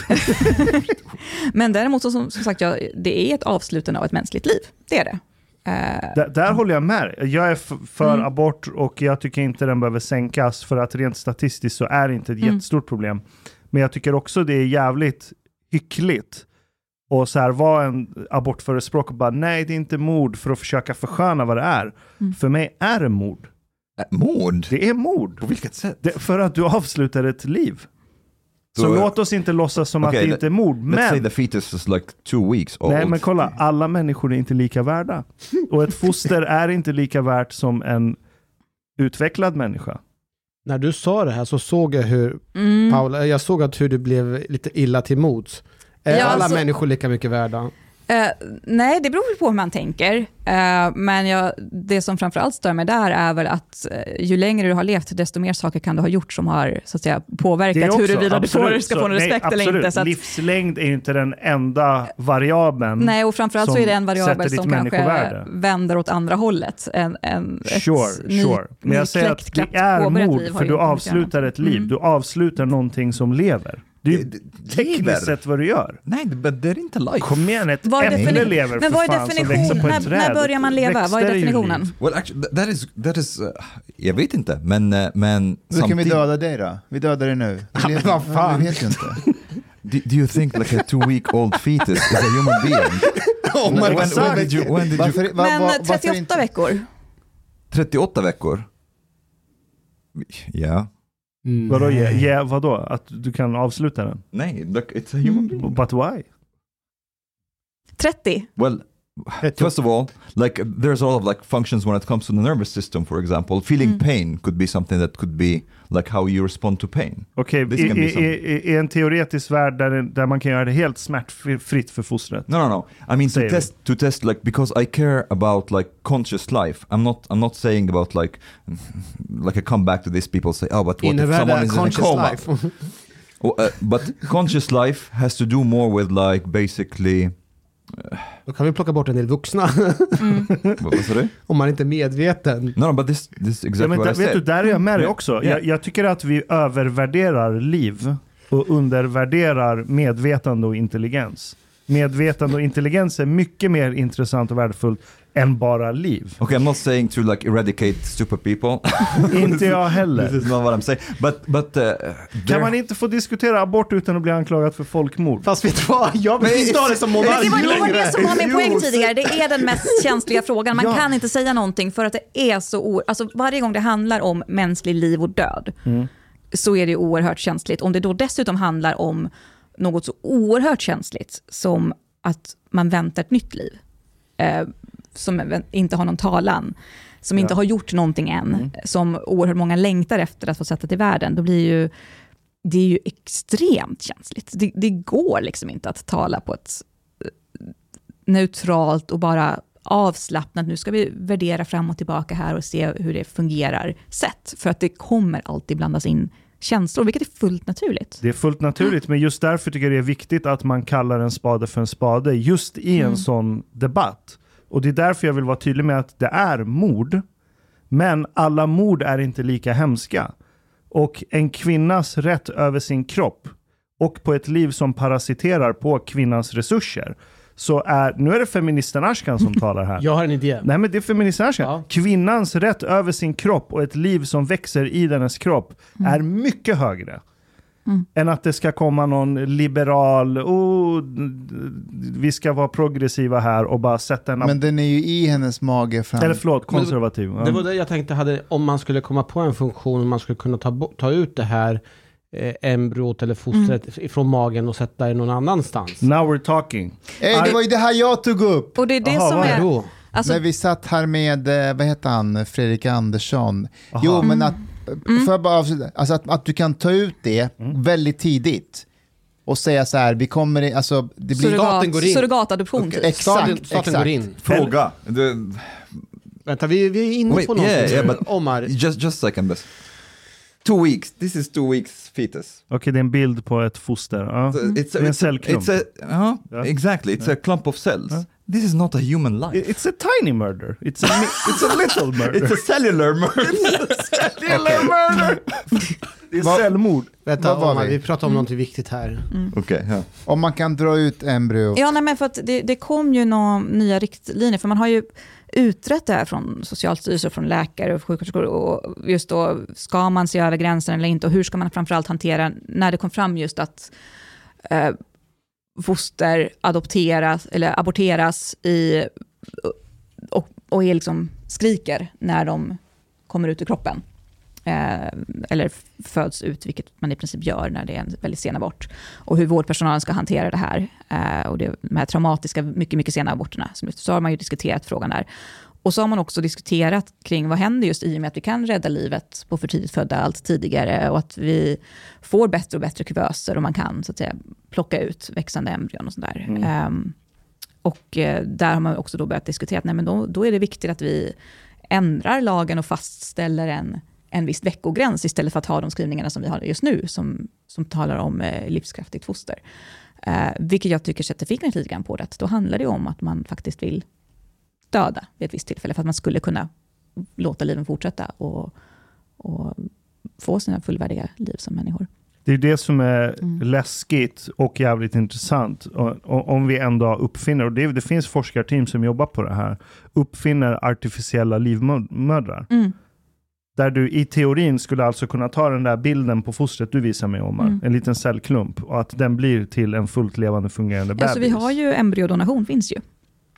Men däremot så, som sagt, det är ett avslutande av ett mänskligt liv. Det är det. Där håller jag med. Jag är för abort och jag tycker inte den behöver sänkas, för att rent statistiskt så är det inte ett jättestort problem. Men jag tycker också det är jävligt hyckligt och så här var en abortförespråkare och bara nej, det är inte mord, för att försöka försköna vad det är. För mig är det mord. Mord? Det är mord. På vilket sätt? För att du avslutar ett liv. Så låt oss inte låtsas som att det inte är mord. Let's say the fetus is like 2 weeks old. Nej, men kolla, alla människor är inte lika värda. Och ett foster är inte lika värt som en utvecklad människa. När du sa det här så såg jag hur Paula, jag såg att hur du blev lite illa till mods. Är alla människor lika mycket värda? Nej, det beror på hur man tänker. Men det som framförallt stör mig där är väl att ju längre du har levt, desto mer saker kan du ha gjort som har så att säga påverkat huruvida du ska få en respekt eller inte. Så att, livslängd är ju inte den enda variabeln. Nej, och framförallt så är det en variabel som kanske vänder åt andra hållet. Sure. Men jag säger att det är mord, för du avslutar ett liv. Du avslutar någonting som lever. Det är tekniskt sett vad du gör. Nej, men det är inte life. Kom igen, ett äpple lever men vad är definitionen? När börjar man leva? Vad är definitionen? Well, actually, that is jag vet inte, men då kan vi döda dig då? Vi dödar dig nu. Vad fan? Vi vet ju inte. Do you think like a 2-week-old fetus is a human being? When did you... Men 38 veckor. 38 veckor? Ja. Vadå? Vadå? Att du kan avsluta den? Nej, it's a human being. But why? 30. Well, first of all, like there's a lot of like functions when it comes to the nervous system, for example. Feeling pain could be something that could be like how you respond to pain. Okej, i en teoretisk värld där man kan göra det helt smärtfritt för fostret. No. I mean to test like, because I care about like conscious life. I'm not saying about like I come back to this, people say, oh, but what if someone is in a coma? But conscious life has to do more with like basically Då kan vi plocka bort en del vuxna. Vad sa du? Om man inte är medveten. No, but this exactly what I said. Vet du, där är jag med dig också. Jag tycker att vi övervärderar liv och undervärderar medvetande och intelligens. Medvetande och intelligens är mycket mer intressant och värdefullt än bara liv. Okay, I'm not saying to like eradicate stupid people. Inte jag heller. This is not what I'm saying. But kan man inte få diskutera abort utan att bli anklagad för folkmord? Fast vet du vad? Jag vill inte ha det som monark längre. Det var det som var min poäng Jo, tidigare. Det är den mest känsliga frågan. Man kan inte säga någonting för att det är så... Alltså varje gång det handlar om mänsklig liv och död så är det oerhört känsligt. Om det då dessutom handlar om något så oerhört känsligt som att man väntar ett nytt liv. Som inte har någon talan, som inte har gjort någonting än, som oerhört många längtar efter att få sätta till världen, då blir det är ju extremt känsligt. Det går liksom inte att tala på ett neutralt och bara avslappnat, nu ska vi värdera fram och tillbaka här och se hur det fungerar sätt, för att det kommer alltid blandas in känslor, vilket är fullt naturligt. Det är fullt naturligt, men just därför tycker jag det är viktigt att man kallar en spade för en spade just i en sån debatt. Och det är därför jag vill vara tydlig med att det är mord, men alla mord är inte lika hemska. Och en kvinnas rätt över sin kropp och på ett liv som parasiterar på kvinnans resurser, så nu är det feministen Ashkan som talar här. Jag har en idé. Nej, men det är feministen Ashkan. Ja. Kvinnans rätt över sin kropp och ett liv som växer i dennes kropp är mycket högre än att det ska komma någon liberal, vi ska vara progressiva här och bara sätta en... Men den är ju i hennes mage fram. Eller förlåt, konservativ. Det var det jag tänkte, om man skulle komma på en funktion, om man skulle kunna ta ut det här embryot eller fostret från magen och sätta det någon annanstans. Now we're talking. Det var ju det här jag tog upp. Och det är det som är... Då? Alltså, när vi satt här med, vad heter han, Fredrik Andersson. Jo, men att, för jag bara, alltså att du kan ta ut det väldigt tidigt och säga så här, vi kommer, alltså det blir... Staten går in. Surrogatadoption. Okay. Exakt. Staten går in. Fråga. Vänta, vi är inne på något. But Omar. Just second best. 2 weeks. This is 2 weeks fetus. Okej, det är en bild på ett foster. Det är en cellklump. Exactly. It's a clump of cells. This is not a human life. It's a tiny murder. It's a little murder. It's a cellular murder. murder. Det är cellmord. Vänta, Omar, vi pratar om något viktigt här. Okej, ja. Om man kan dra ut embryo. Ja, nej, men för att det kom ju några nya riktlinjer, för man har ju utrett det här från Socialstyrelsen, från läkare och sjuksköterskor, och just då, ska man se över gränsen eller inte, och hur ska man framförallt hantera när det kom fram just att foster adopteras eller aborteras och är liksom skriker när de kommer ut ur kroppen. Eller föds ut, vilket man i princip gör när det är en väldigt sen abort, och hur vårdpersonalen ska hantera det här, och de här traumatiska, mycket, mycket sena aborterna, så har man ju diskuterat frågan där. Och så har man också diskuterat kring vad händer just i och med att vi kan rädda livet på för tidigt födda allt tidigare, och att vi får bättre och bättre kuvöser och man kan så att säga plocka ut växande embryon och sådär. Där har man också då börjat diskutera att nej, men då är det viktigt att vi ändrar lagen och fastställer en viss veckogräns istället för att ha de skrivningarna som vi har just nu som talar om livskraftigt foster. Vilket jag tycker sätter fingret lite grann på det. Då handlar det om att man faktiskt vill döda vid ett visst tillfälle för att man skulle kunna låta liven fortsätta och få sina fullvärdiga liv som människor. Det är det som är läskigt och jävligt intressant. Och om vi ändå uppfinner, och det finns forskarteam som jobbar på det här, uppfinner artificiella livmödrar. Där du i teorin skulle alltså kunna ta den där bilden på fostret du visar mig, Omar, en liten cellklump, och att den blir till en fullt levande fungerande bebis. Alltså vi har ju embryodonation, finns ju.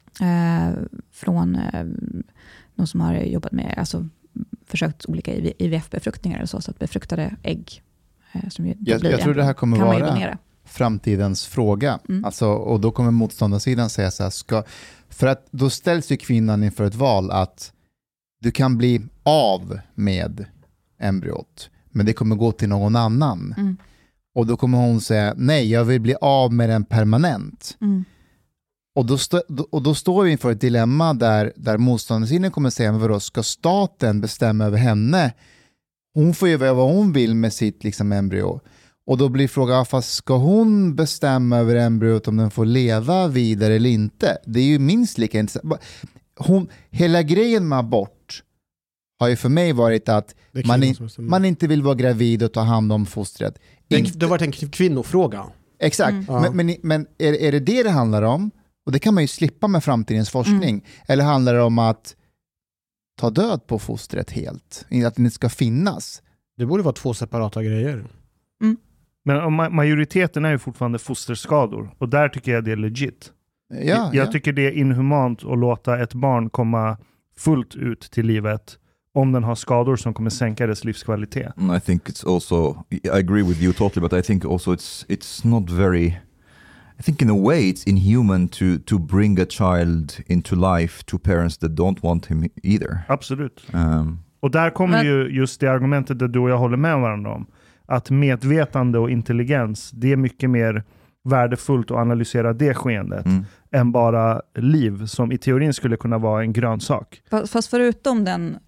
Från någon som har jobbat med, alltså försökt olika IVF-befruktningar och så att befruktade ägg som jag tror det här kommer vara framtidens fråga. Alltså, och då kommer motståndarsidan säga så här, för att då ställs ju kvinnan inför ett val att du kan bli av med embryot, men det kommer gå till någon annan. Och då kommer hon säga, nej, jag vill bli av med den permanent. Och då står vi inför ett dilemma där motståndarsidan kommer säga, men vadå, ska staten bestämma över henne? Hon får ju göra vad hon vill med sitt liksom embryo. Och då blir frågan, fast ska hon bestämma över embryot om den får leva vidare eller inte? Det är ju minst lika intressant. Hela grejen med abort har ju för mig varit att man inte vill vara gravid och ta hand om fostret. Det har varit en kvinnofråga. Exakt, men är det handlar om? Och det kan man ju slippa med framtidens forskning. Eller handlar det om att ta död på fostret helt? Att det inte ska finnas? Det borde vara 2 separata grejer. Men majoriteten är ju fortfarande fosterskador. Och där tycker jag det är legit. Jag tycker det är inhumant att låta ett barn komma fullt ut till livet om den har skador som kommer sänka dess livskvalitet. I think it's also, I agree with you totally, but I think also it's not very, I think in a way it's inhuman to bring a child into life to parents that don't want him either. Absolut. Och där kommer ju just det argumentet där du och jag håller med varandra om. Att medvetande och intelligens, det är mycket mer värdefullt att analysera det skeendet än bara liv som i teorin skulle kunna vara en grönsak. Fast förutom den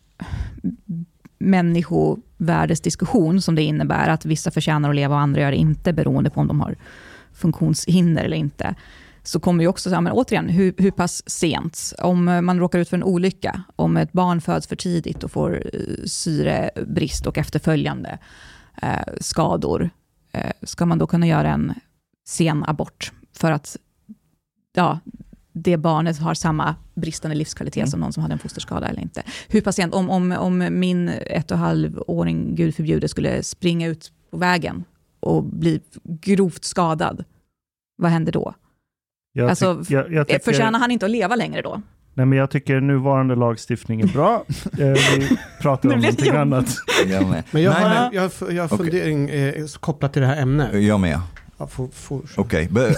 människovärdesdiskussion som det innebär att vissa förtjänar att leva och andra gör det inte beroende på om de har funktionshinder eller inte, så kommer ju också så, men återigen, hur pass sent, om man råkar ut för en olycka, om ett barn föds för tidigt och får syrebrist och efterföljande skador, ska man då kunna göra en sen abort för att det barnet har samma bristande livskvalitet som någon som hade en fosterskada eller inte. Hur patient, om min 1,5-åring, Gud förbjude, skulle springa ut på vägen och bli grovt skadad, vad händer då? Förtjänar han inte att leva längre då? Nej, men jag tycker nuvarande lagstiftning är bra. Vi pratar om någonting annat. Men jag har fundering kopplat till det här ämnet. Jag med. Okay, but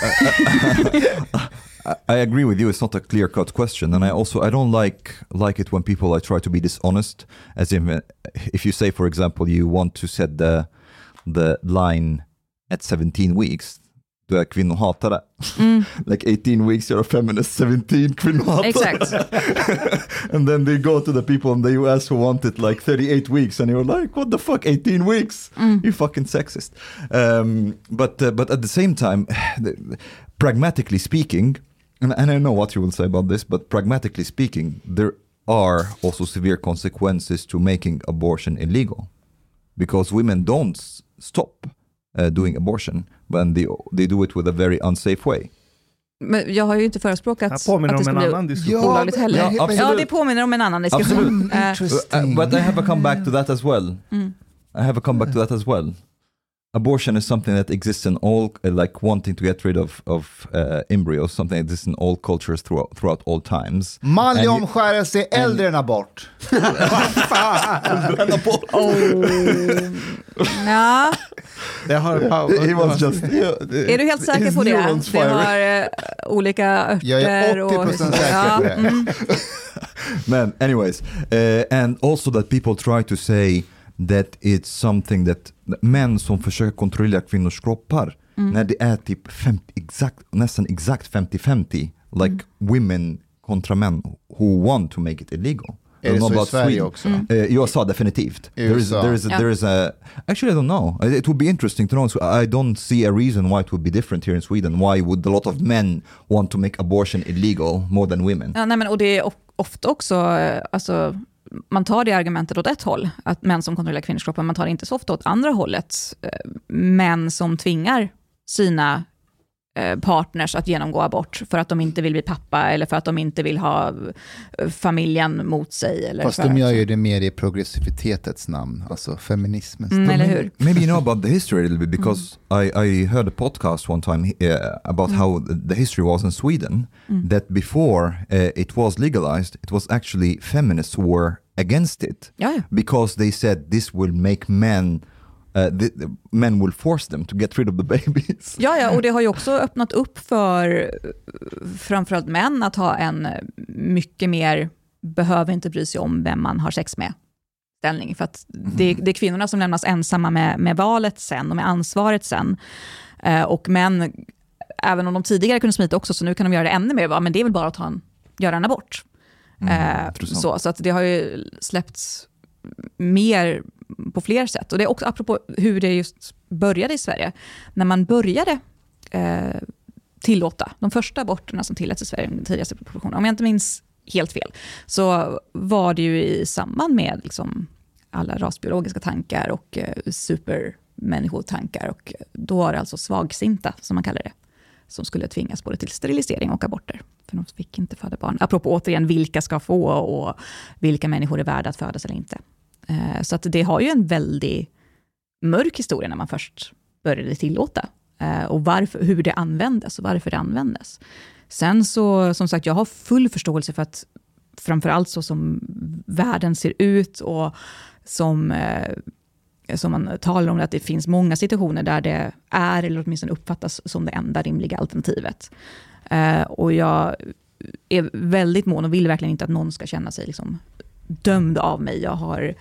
I agree with you. It's not a clear-cut question, and I don't like it when people try to be dishonest. As if you say, for example, you want to set the line at 17 weeks. Du är kvinnohatare. Like 18 weeks, you're a feminist. 17 kvinnohatare. Exact. And then they go to the people in the US who want it like 38 weeks, and you're like, what the fuck, 18 weeks? You fucking sexist. But at the same time, pragmatically speaking, and I know what you will say about this, but pragmatically speaking, there are also severe consequences to making abortion illegal, because women don't stop doing abortion when they do it with a very unsafe way. Men jag har ju inte förespråkat att det skulle bli olagligt heller. Ja, det påminner om en annan diskussion. But I have a comeback to that as well. Abortion is something that exists in all, like wanting to get rid of embryos, something that exists in all cultures throughout all times. Manlig omskärelse är äldre än abort. Ja. Är du helt säker på det? Det har olika örter. Jag är 80% säker på det. Man, anyways, and also that people try to say that it's something that män som försöker kontrollera kvinnors kroppar när det är typ nästan exakt 50-50, like women kontra män who want to make it illegal. Är det så i Sverige också? USA definitivt. There is a actually I don't know. It would be interesting to know. So I don't see a reason why it would be different here in Sweden. Why would a lot of men want to make abortion illegal more than women? Ja, nej, men och det är ofta också alltså man tar det argumentet åt ett håll, att män som kontrollerar kvinnors kroppar, man tar det inte så ofta åt andra hållet. Män som tvingar sina partners att genomgå abort för att de inte vill bli pappa eller för att de inte vill ha familjen mot sig. Eller fast de gör ju det mer i progressivitetets namn, alltså feminismens namn. Eller hur? Maybe you know about the history a little bit, because I heard a podcast one time about how the history was in Sweden, that before it was legalized, it was actually feminists who were against it, because they said this will make men will force them to get rid of the babies. Ja, och det har ju också öppnat upp för framförallt män att ha en mycket mer behöver inte bry sig om vem man har sex med ställning, för att det är kvinnorna som lämnas ensamma med valet sen och med ansvaret sen, och män, även om de tidigare kunde smita också, så nu kan de göra det ännu mer, men det är väl bara att göra en abort. Så att det har ju släppts mer på fler sätt. Och det är också apropå hur det just började i Sverige. När man började tillåta de första aborterna som tilläts i Sverige, den tidigaste propositionen, om jag inte minns helt fel, så var det ju i samband med liksom alla rasbiologiska tankar och supermänniskotankar, och då var det alltså svagsinta, som man kallar det, som skulle tvingas både till sterilisering och aborter. För de fick inte föda barn. Apropå återigen, vilka ska få och vilka människor är värda att födas eller inte. Så att det har ju en väldigt mörk historia när man först började tillåta. Och hur det användes och varför det användes. Sen så, som sagt, jag har full förståelse för att framförallt så som världen ser ut och som man talar om, att det finns många situationer där det är eller åtminstone uppfattas som det enda rimliga alternativet. Och jag är väldigt mån och vill verkligen inte att någon ska känna sig liksom dömd av mig. Jag har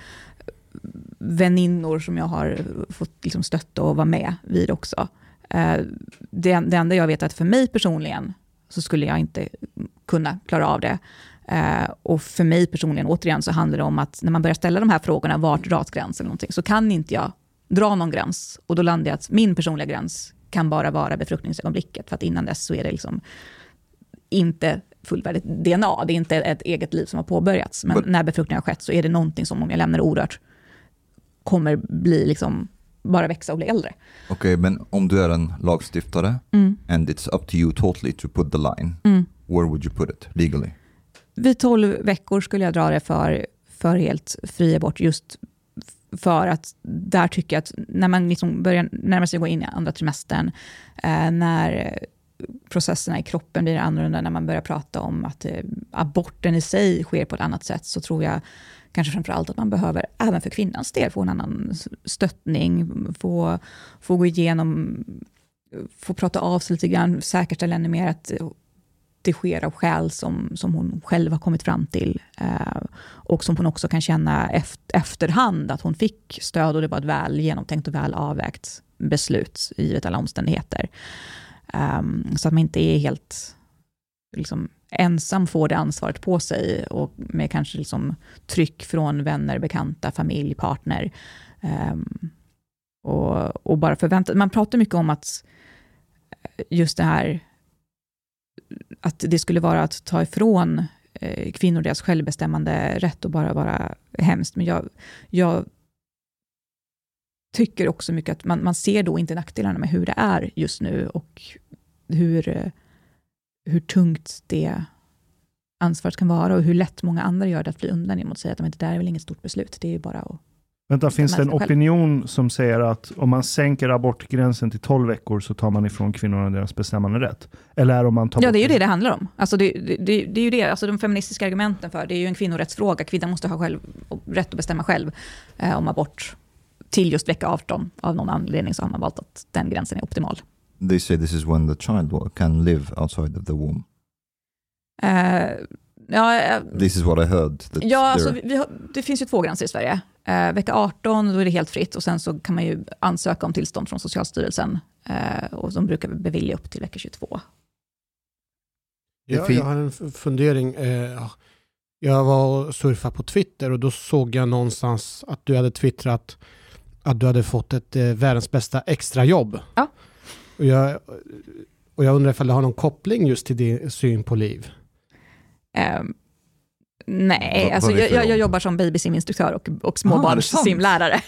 väninnor som jag har fått liksom stötta och vara med vid också. Det enda jag vet är att för mig personligen så skulle jag inte kunna klara av det. Och för mig personligen, återigen, så handlar det om att när man börjar ställa de här frågorna, vart dras gränsen eller någonting, så kan inte jag dra någon gräns. Och då landar jag att min personliga gräns kan bara vara befruktningsögonblicket. För att innan dess så är det liksom inte fullvärdigt DNA. Det är inte ett eget liv som har påbörjats. Men när befruktningen har skett så är det någonting som, om jag lämnar det orört, kommer bli liksom bara växa och bli äldre. Okej, men om du är en lagstiftare and it's up to you totally to put the line, where would you put it legally? Vid 12 veckor skulle jag dra det för helt fri abort, just för att där tycker jag att när man liksom börjar närma sig gå in i andra trimestern, när processerna i kroppen blir annorlunda, när man börjar prata om att aborten i sig sker på ett annat sätt, så tror jag kanske framförallt att man behöver, även för kvinnans del, få en annan stöttning, få gå igenom, få prata av sig lite grann, säkerställa ännu mer att det sker av skäl som hon själv har kommit fram till, och som hon också kan känna efterhand att hon fick stöd och det var ett väl genomtänkt och väl avvägt beslut givet alla omständigheter. Så att man inte är helt liksom ensam, får det ansvaret på sig, och med kanske liksom tryck från vänner, bekanta, familj, partner, och bara förvänta. Man pratar mycket om att just det här, att det skulle vara att ta ifrån kvinnor deras självbestämmande rätt och bara vara hemskt. Men jag tycker också mycket att man ser då inte nackdelarna med hur det är just nu, och hur tungt det ansvaret kan vara, och hur lätt många andra gör det att fly undan genom att säga att det där är väl inget stort beslut, det är ju bara att... Vänta, finns det en opinion som säger att om man sänker abortgränsen till 12 veckor så tar man ifrån kvinnorna deras bestämmande rätt? Eller om man tar det är ju det handlar om. Alltså det är ju det, alltså de feministiska argumenten för det är ju en kvinnorättsfråga. Kvinnan måste ha rätt att bestämma själv om abort till just vecka 18. Av någon anledning så har man valt att den gränsen är optimal. They say this is when the child can live outside of the womb. This is what I heard. Alltså det finns ju 2 gränser i Sverige. Vecka 18, då är det helt fritt, och sen så kan man ju ansöka om tillstånd från Socialstyrelsen, och de brukar bevilja upp till vecka 22. Jag har en fundering. Jag var och surfade på Twitter och då såg jag någonstans att du hade twittrat att du hade fått ett världens bästa extrajobb. Ja. Och jag undrar ifall det har någon koppling just till din syn på liv. Nej, alltså jag jobbar som babysiminstruktör och småbarnssimlärare.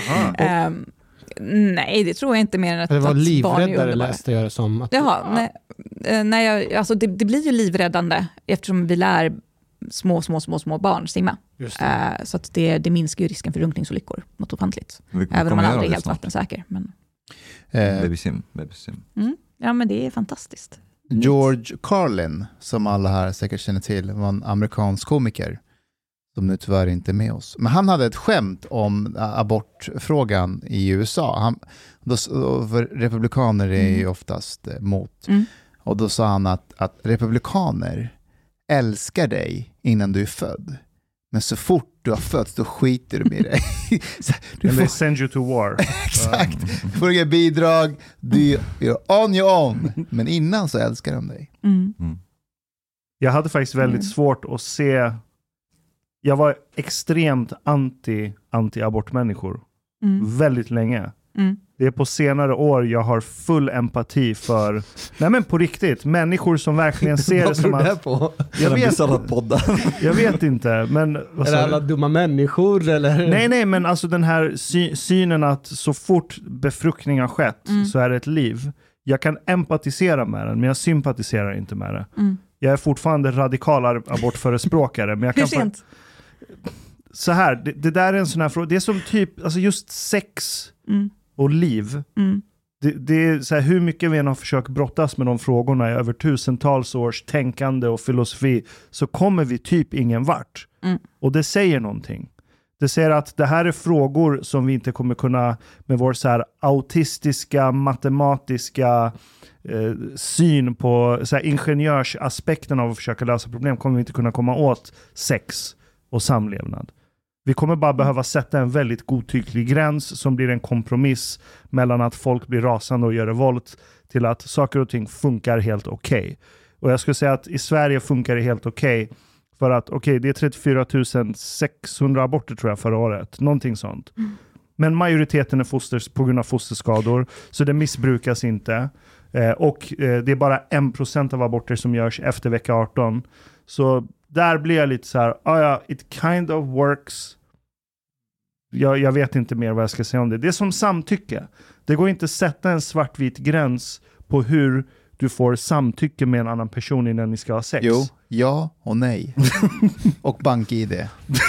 Nej, det tror jag inte, mer än att det var livräddare läste jag det som. Att alltså det blir ju livräddande eftersom vi lär små barn simma. Så att det minskar ju risken för drunkningsolyckor något ofantligt. Även om man aldrig är helt vattensäker. Men... Babysim. Ja, men det är fantastiskt. George Carlin, som alla här säkert känner till, var en amerikansk komiker som nu tyvärr inte är med oss. Men han hade ett skämt om abortfrågan i USA. För republikaner är ju oftast mot. Och då sa han att republikaner älskar dig innan du är född. Men så fort du har fötts, då skiter du med dig. They send you to war. Exakt. Du får inga bidrag. You're on your own. Men innan så älskar de dig. Jag hade faktiskt väldigt svårt att se Jag var extremt anti-abortmänniskor. Väldigt länge. Det är på senare år jag har full empati för, nej men på riktigt, människor som verkligen ser det som att... Jag vet inte, men... Är det alla dumma människor eller? Nej, men alltså den här synen att så fort befruktning har skett så är det ett liv. Jag kan empatisera med den, men jag sympatiserar inte med det. Jag är fortfarande radikal abortförespråkare, men jag kan... Hur sent? Så här, det där är en sån här fråga. Det är som typ, alltså just sex och liv. Det är så här, hur mycket vi än har försökt brottas med de frågorna i över tusentals års tänkande och filosofi, så kommer vi typ ingen vart. Och det säger någonting. Det säger att det här är frågor som vi inte kommer kunna, med vår så här autistiska, matematiska syn på så här ingenjörsaspekten av att försöka lösa problem, kommer vi inte kunna komma åt sex och samlevnad. Vi kommer bara behöva sätta en väldigt godtycklig gräns som blir en kompromiss mellan att folk blir rasande och gör revolt till att saker och ting funkar helt okej. Och jag skulle säga att i Sverige funkar det helt okej. För att det är 34 600 aborter tror jag förra året. Någonting sånt. Men majoriteten är på grund av fosterskador. Så det missbrukas inte. Och det är bara 1% av aborter som görs efter vecka 18. Så där blir jag lite så här, it kind of works. Jag vet inte mer vad jag ska säga om det. Det är som samtycke. Det går inte att sätta en svartvit gräns på hur du får samtycke med en annan person innan ni ska ha sex. Jo, ja och nej. Och bank-ID.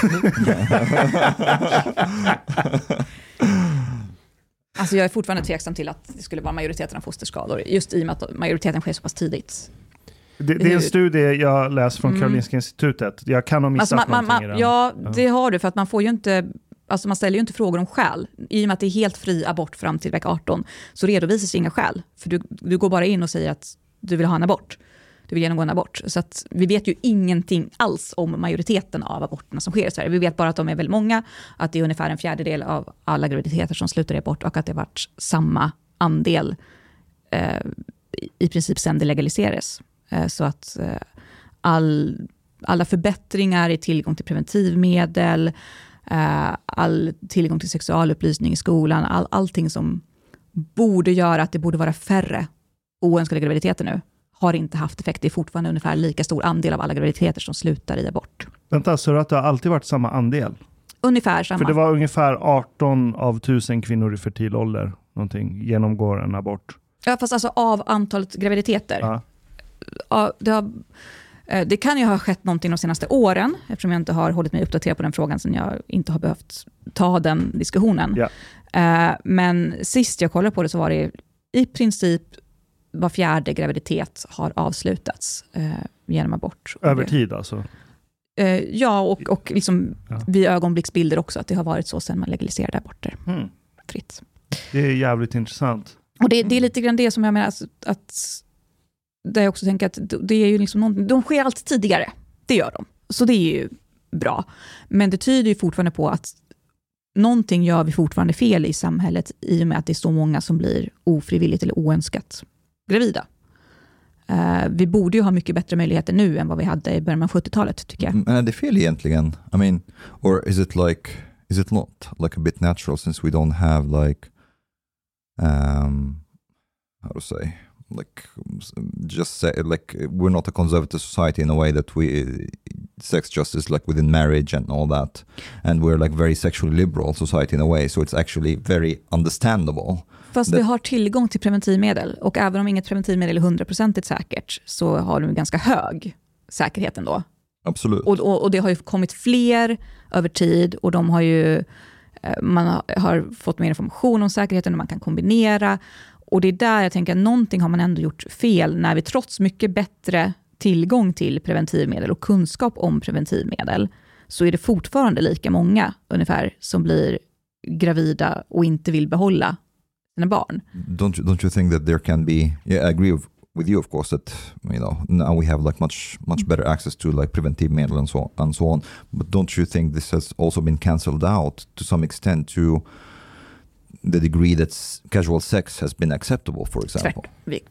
Alltså jag är fortfarande tveksam till att det skulle vara majoriteten av fosterskador. Just i och med att majoriteten sker så pass tidigt. Det är en studie jag läst från Karolinska institutet. Jag kan ha missat någonting i den. Ja, det har du, för att man får ju inte... Alltså man ställer ju inte frågor om skäl. I och med att det är helt fri abort fram till vecka 18 så redovisas inga skäl. För du går bara in och säger att du vill ha en abort. Du vill genomgå en abort. Så att vi vet ju ingenting alls om majoriteten av aborterna som sker i Sverige. Vi vet bara att de är väldigt många. Att det är ungefär 1/4 av alla graviditeter som slutar i abort. Och att det har varit samma andel i princip sedan det legaliseras. Så att alla förbättringar i tillgång till preventivmedel, all tillgång till sexualupplysning i skolan, allting som borde göra att det borde vara färre oönskade graviditeter nu, har inte haft effekt. Det är fortfarande ungefär lika stor andel av alla graviditeter som slutar i abort. Vänta, så att det har alltid varit samma andel? Ungefär samma. För det var ungefär 18 av 1000 kvinnor i fertil ålder någonting genomgår en abort. Ja, fast alltså av antalet graviditeter. Ja, det kan ju ha skett någonting de senaste åren, eftersom jag inte har hållit mig uppdaterad på den frågan, så jag inte har behövt ta den diskussionen. Ja. Men sist jag kollade på det så var det i princip var 4:e graviditet har avslutats genom abort. Över tid alltså? Ja, och liksom vid ögonblicksbilder också, att det har varit så sedan man legaliserade aborter. Fritt. Det är jävligt intressant. Och det är lite grann det som jag menar, att där jag också tänker att det är ju liksom de sker alltid tidigare. Det gör de. Så det är ju bra. Men det tyder ju fortfarande på att någonting gör vi fortfarande fel i samhället i och med att det är så många som blir ofrivilligt eller oönskat gravida. Vi borde ju ha mycket bättre möjligheter nu än vad vi hade i början av 70-talet, tycker jag. Men är det fel egentligen? I mean, or is it not like a bit natural since we don't have like how to say, like just say like we're not a conservative society in a way that sex justice like within marriage and all that, and we're like very sexually liberal society in a way, so it's actually very understandable. Fast vi har tillgång till preventivmedel, och även om inget preventivmedel är 100% säkert så har de ganska hög säkerhet ändå. Absolut. Och det har ju kommit fler över tid, och de har ju man har fått mer information om säkerheten och man kan kombinera. Och det är där jag tänker att någonting har man ändå gjort fel, när vi trots mycket bättre tillgång till preventivmedel och kunskap om preventivmedel, så är det fortfarande lika många ungefär som blir gravida och inte vill behålla sina barn. Don't you think that there can be, I agree with you of course that, you know, now we have like much better access to like preventivmedel and so on, but don't you think this has also been cancelled out to some extent to the degree that casual sex has been acceptable, for example?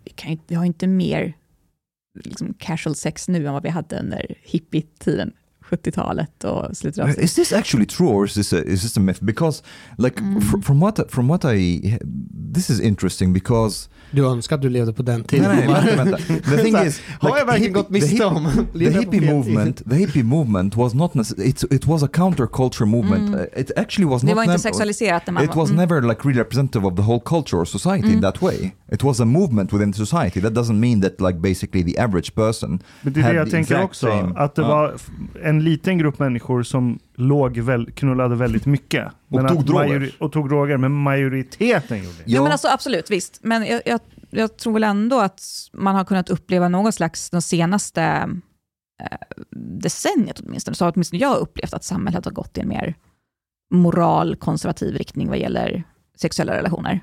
Vi har inte mer liksom casual sex nu än vad vi hade under hippie-tiden, 70-talet och slutet av... Is this actually true or is this a myth? Because like from what I this is interesting because du önskar att du levde på den tiden. Nej, vänta. The thing is, har jag verkligen gått miste om? The hippie movement was not it was a counterculture movement. It actually was det var inte sexualiserat när man it was never like really representative of the whole culture or society in that way. It was a movement within society. That doesn't mean that like basically the average person. Men det är det jag tänker också, att det var en liten grupp människor som knullade väldigt mycket. Och tog droger, men majoriteten gjorde det. Ja, men alltså absolut, visst. Men jag tror väl ändå att man har kunnat uppleva någon slags de senaste decenniet åtminstone. Så åtminstone jag har upplevt att samhället har gått i en mer moralkonservativ riktning vad gäller sexuella relationer.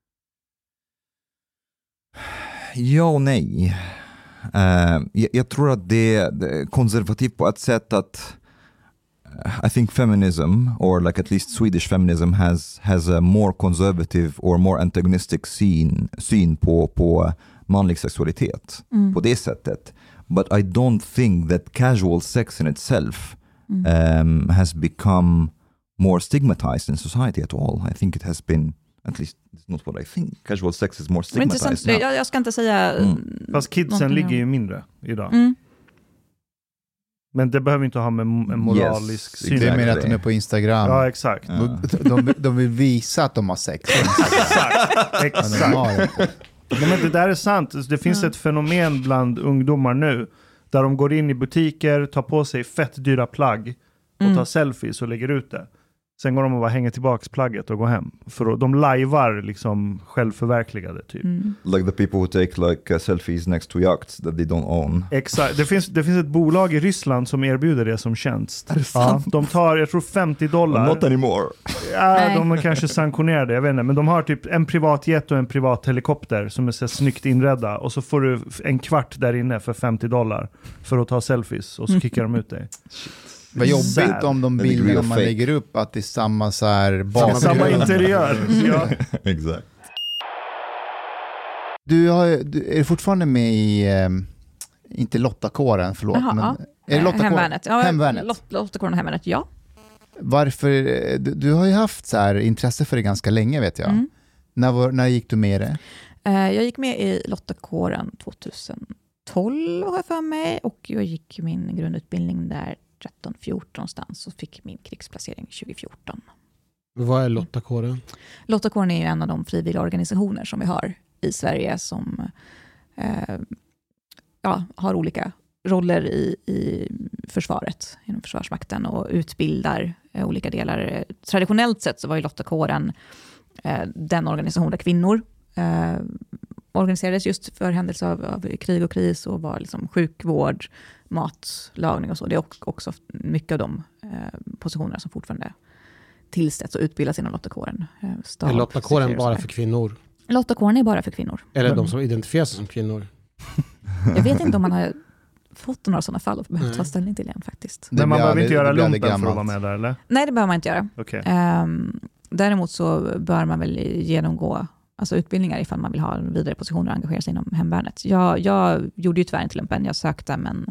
Ja och nej. Jag tror att det är konservativt på ett sätt att I think feminism, or like at least Swedish feminism, has a more conservative or more antagonistic syn på manlig sexualitet på det sättet. But I don't think that casual sex in itself has become more stigmatized in society at all. I think it has been, at least it's not what I think. Casual sex is more stigmatized. Jag ska inte säga... Fast kidsen ligger ju mindre idag. Men det behöver inte ha med en moralisk syn. Det är mer att de är på Instagram. Ja, exakt. De vill visa att de har sex. Exakt. Men det där är sant. Det finns ett fenomen bland ungdomar nu där de går in i butiker, tar på sig fett dyra plagg och tar selfies och lägger ut det. Sen går de och bara hänger tillbaks plagget och går hem. För de lajvar liksom självförverkligade typ. Like the people who take like selfies next to yachts that they don't own. Exakt. Det finns ett bolag i Ryssland som erbjuder det som tjänst. Ja, de tar, jag tror $50. Not anymore. Ja, de är kanske sanktionerade, jag vet inte. Men de har typ en privat jet och en privat helikopter som är så snyggt inredda. Och så får du en kvart där inne för $50 för att ta selfies. Och så kickar de ut dig. Vad jobbigt om de bilderna man lägger upp att det är samma så här samma interiör. Ja. Exakt. Du är fortfarande med i inte Lottakåren, förlåt. Jaha, men är det Lottakåren? Hemvärnet. Ja, Hemvärnet. Lottakåren och Hemvärnet, ja. Varför du har ju haft så här intresse för det ganska länge, vet jag. När gick du med det? Jag gick med i Lottakåren 2012 har jag för mig, och jag gick min grundutbildning där 13-14 någonstans och fick min krigsplacering 2014. Vad är Lottakåren? Lottakåren är ju en av de frivilliga organisationer som vi har i Sverige som har olika roller i försvaret, inom Försvarsmakten, och utbildar olika delar. Traditionellt sett så var ju Lottakåren den organisation där kvinnor organiserades just för händelse av krig och kris, och var liksom sjukvård, matlagning och så. Det är också mycket av de positionerna som fortfarande tillsätts och utbildas inom Lottakåren. Är Lottakåren bara för kvinnor? Lottakåren är bara för kvinnor. Eller de som identifierar sig som kvinnor? Jag vet inte om man har fått några sådana fall och behövt ta ställning till igen faktiskt. Men man behöver inte göra lumpen för att vara med där, eller? Nej, det behöver man inte göra. Okay. Däremot så bör man väl genomgå utbildningar ifall man vill ha en vidare position och engagera sig inom hemvärnet. Jag gjorde ju tyvärr inte lumpen. Jag sökte, men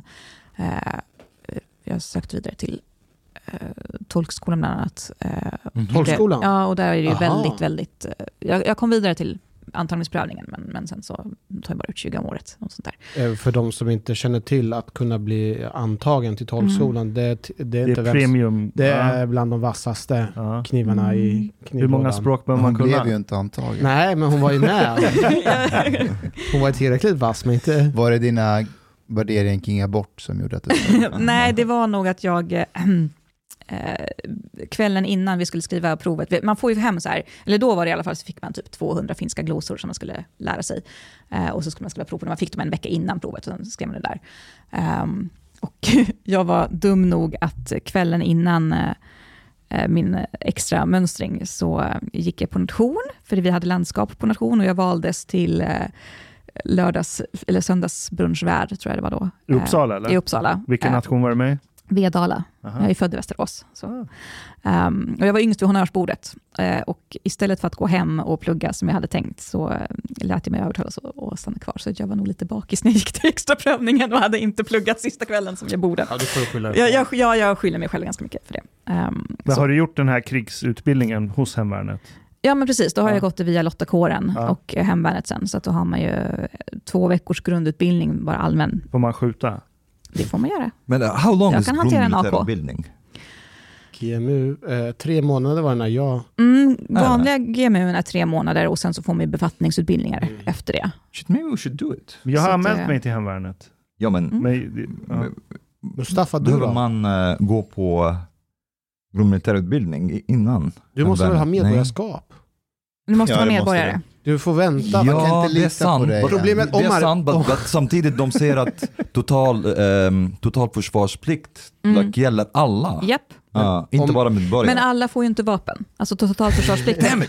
jag sökte vidare till tolkskolan bland annat. Tolkskolan? Ja, och där är det ju väldigt... Jag kom vidare till antagningsprövningen, men sen så tar jag bara ut 20 om året. Något sånt där. För de som inte känner till att kunna bli antagen till tolkskolan, det är inte premium. Det är bland de vassaste knivarna i knivlådan. Hur många språk behöver man kunna? Hon blev ju inte antagen. Nej, men hon var ju med. Hon var tillräckligt vass, men inte... Var det dina värderingar kring abort som gjorde att du... Nej, det var nog att jag... kvällen innan vi skulle skriva provet, man får ju hem så här, eller då var det i alla fall, så fick man typ 200 finska glosor som man skulle lära sig, och så skulle man skriva prov på det. Man fick dem en vecka innan provet och sen skrev man det där, och jag var dum nog att kvällen innan min extra mönstring så gick jag på nation, för vi hade landskap på nation, och jag valdes till lördags eller söndagsbrunchvärd, tror jag det var då. I Uppsala, eller? I Uppsala. Vilken nation var det med? Vedala. Jag är född i Västerås. Så. Och jag var yngst vid honnörsbordet. Och istället för att gå hem och plugga som jag hade tänkt så lät jag mig övertalas och stanna kvar. Så jag var nog lite bakis när jag gick till extra prövningen och hade inte pluggat sista kvällen som jag borde. Ja, du får skylla dig. Jag skyller mig själv ganska mycket för det. Men har du gjort den här krigsutbildningen hos hemvärnet? Ja, men precis. Då har jag gått det via Lottakåren och hemvärnet sen. Så att då har man ju 2 veckors grundutbildning, bara allmän. Får man skjuta? Det får man göra. Men how long jag is kan hantera en AK. grundutbildning? GMU, 3 månader var det när jag... Vanliga GMU är 3 månader och sen så får man befattningsutbildningar efter det. Maybe we should do it. Jag har anmält mig till hemvärnet. Ja, men... Mustafa, behöver man gå på grundmilitärutbildning innan? Du måste väl ha medborgarskap? Du måste vara medborgare. Du får vänta. Ja, man kan inte det är sant. på dig. Problemet, det är sant, but samtidigt de säger att total försvarsplikt gäller alla. Japp. Inte bara medborgare. Men alla får ju inte vapen. Alltså totalförsvarsplikten.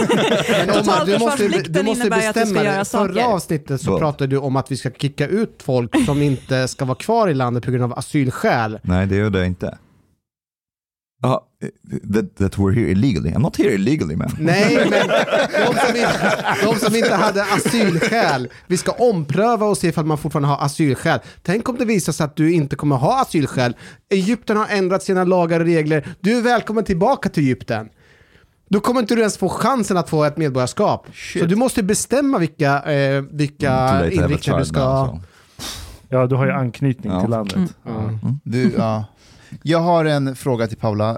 Du måste bestämma dig. Förra avsnittet så pratade du om att vi ska kicka ut folk som inte ska vara kvar i landet på grund av asylskäl. Nej, det gör det inte. That we're here illegally. I'm not here illegally, man. Nej, men de som inte hade asylskäl. Vi ska ompröva och se ifall man fortfarande har asylskäl. Tänk om det visar sig att du inte kommer ha asylskäl. Egypten har ändrat sina lagar och regler. Du är välkommen tillbaka till Egypten. Då kommer inte du ens få chansen att få ett medborgarskap. Shit. Så du måste bestämma vilka inriktningar du ska... Ja, du har ju anknytning till landet. Jag har en fråga till Paula.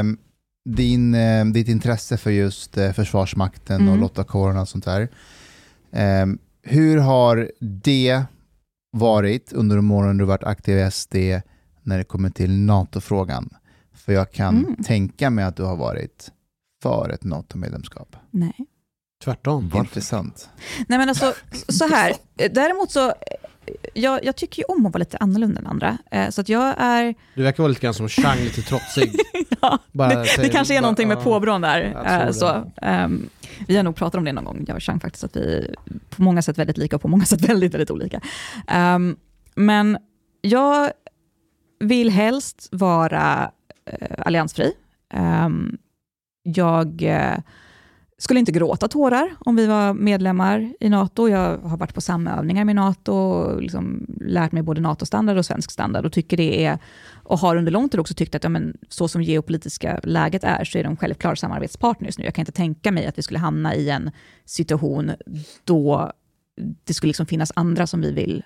Ditt intresse för just Försvarsmakten och Lottakåren och sånt där. Hur har det varit under de åren du varit aktiv i SD när det kommer till NATO-frågan? För jag kan tänka mig att du har varit för ett NATO-medlemskap. Nej. Tvärtom. Intressant. Nej, men alltså så här. Däremot så jag tycker ju om att vara lite annorlunda än andra. Så att jag är... Du verkar vara lite grann som Chang, lite trotsig. Det kanske är någonting med påbrån där. Vi har nog pratat om det någon gång, jag och Chang faktiskt, att vi på många sätt väldigt lika och på många sätt väldigt, väldigt olika. Men jag vill helst vara alliansfri. Jag skulle inte gråta tårar om vi var medlemmar i NATO. Jag har varit på samövningar med NATO och liksom lärt mig både NATO-standard och svensk standard och tycker det är, och har under lång tid också tyckt att så som geopolitiska läget är så är de självklara samarbetspartners nu. Jag kan inte tänka mig att vi skulle hamna i en situation då det skulle liksom finnas andra som vi vill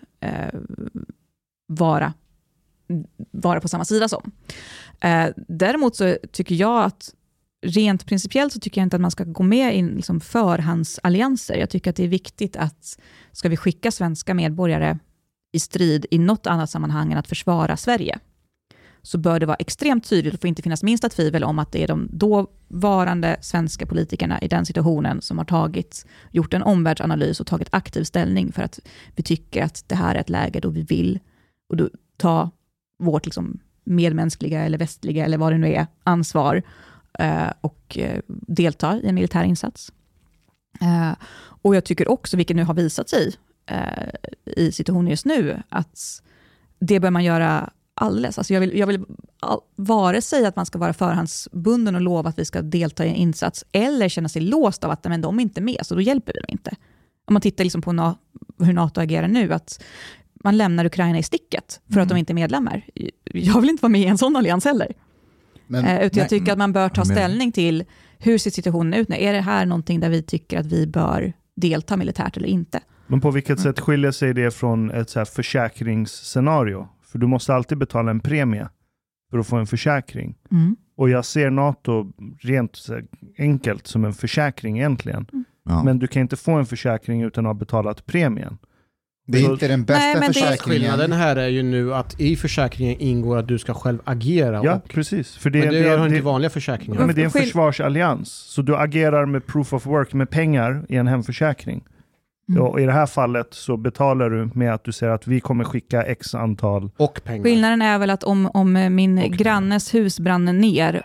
vara på samma sida som. Däremot så tycker jag att rent principiellt så tycker jag inte att man ska gå med i liksom förhandsallianser. Jag tycker att det är viktigt att ska vi skicka svenska medborgare i strid i något annat sammanhang än att försvara Sverige, så bör det vara extremt tydligt och får inte finnas minsta tvivel om att det är de dåvarande svenska politikerna i den situationen som har gjort en omvärldsanalys och tagit aktiv ställning för att vi tycker att det här är ett läge då vi vill och då ta vårt liksom medmänskliga eller västliga eller vad det nu är ansvar och delta i en militär insats. Och jag tycker också, vilket nu har visat sig i situationen just nu, att det bör man göra alldeles. Alltså jag vill vare sig att man ska vara förhandsbunden och lova att vi ska delta i en insats eller känna sig låst av att men de är inte med, så då hjälper vi dem inte. Om man tittar liksom på hur NATO agerar nu, att man lämnar Ukraina i sticket för att de inte är medlemmar. Jag vill inte vara med i en sån allians heller. Utan jag tycker att man bör ta ställning till hur ser situationen ut nu. Är det här någonting där vi tycker att vi bör delta militärt eller inte? Men på vilket sätt skiljer sig det från ett så här försäkringsscenario? För du måste alltid betala en premie för att få en försäkring. Och jag ser NATO rent så enkelt som en försäkring egentligen. Men du kan inte få en försäkring utan att ha betalat premien. Det är inte den bästa försäkringen. Skillnaden här är ju nu att i försäkringen ingår att du ska själv agera. Ja, precis. För men det gör inte vanliga försäkringar. Men det är en försvarsallians. Så du agerar med proof of work, med pengar i en hemförsäkring. Och i det här fallet så betalar du med att du säger att vi kommer skicka x antal. Och pengar. Skillnaden är väl att om min grannes hus brann ner.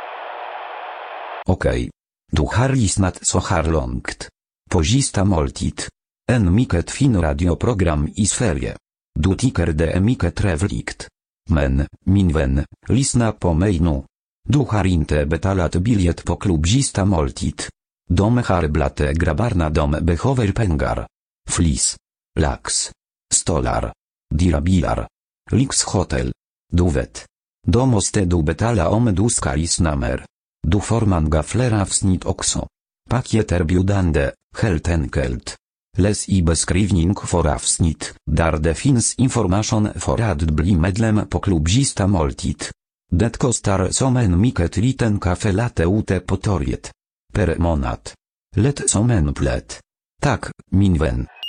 Okej. Du har lyssnat så här långt. På sista måltid. En mycket fin radioprogram i Sverige. Du tycker det är mycket trevligt. Men, min vän, lyssna på mig nu. Du har inte betalat biljett på klubbista måltid. De har blate grabbarna de behöver pengar. Flis. Lax. Stolar. Dyra bilar. Lyxhotel. Du vet. Då måste du betala om du ska lyssna mer. Du får många fler avsnitt också. Paket erbjudande, helt enkelt. Läs i beskrivning för avsnitt, där det finns information för att bli medlem på klubbista måltid. Det kostar som en mycket liten kaffe latte ute på torget. Per månad. Lätt som en plätt. Tack, min vän.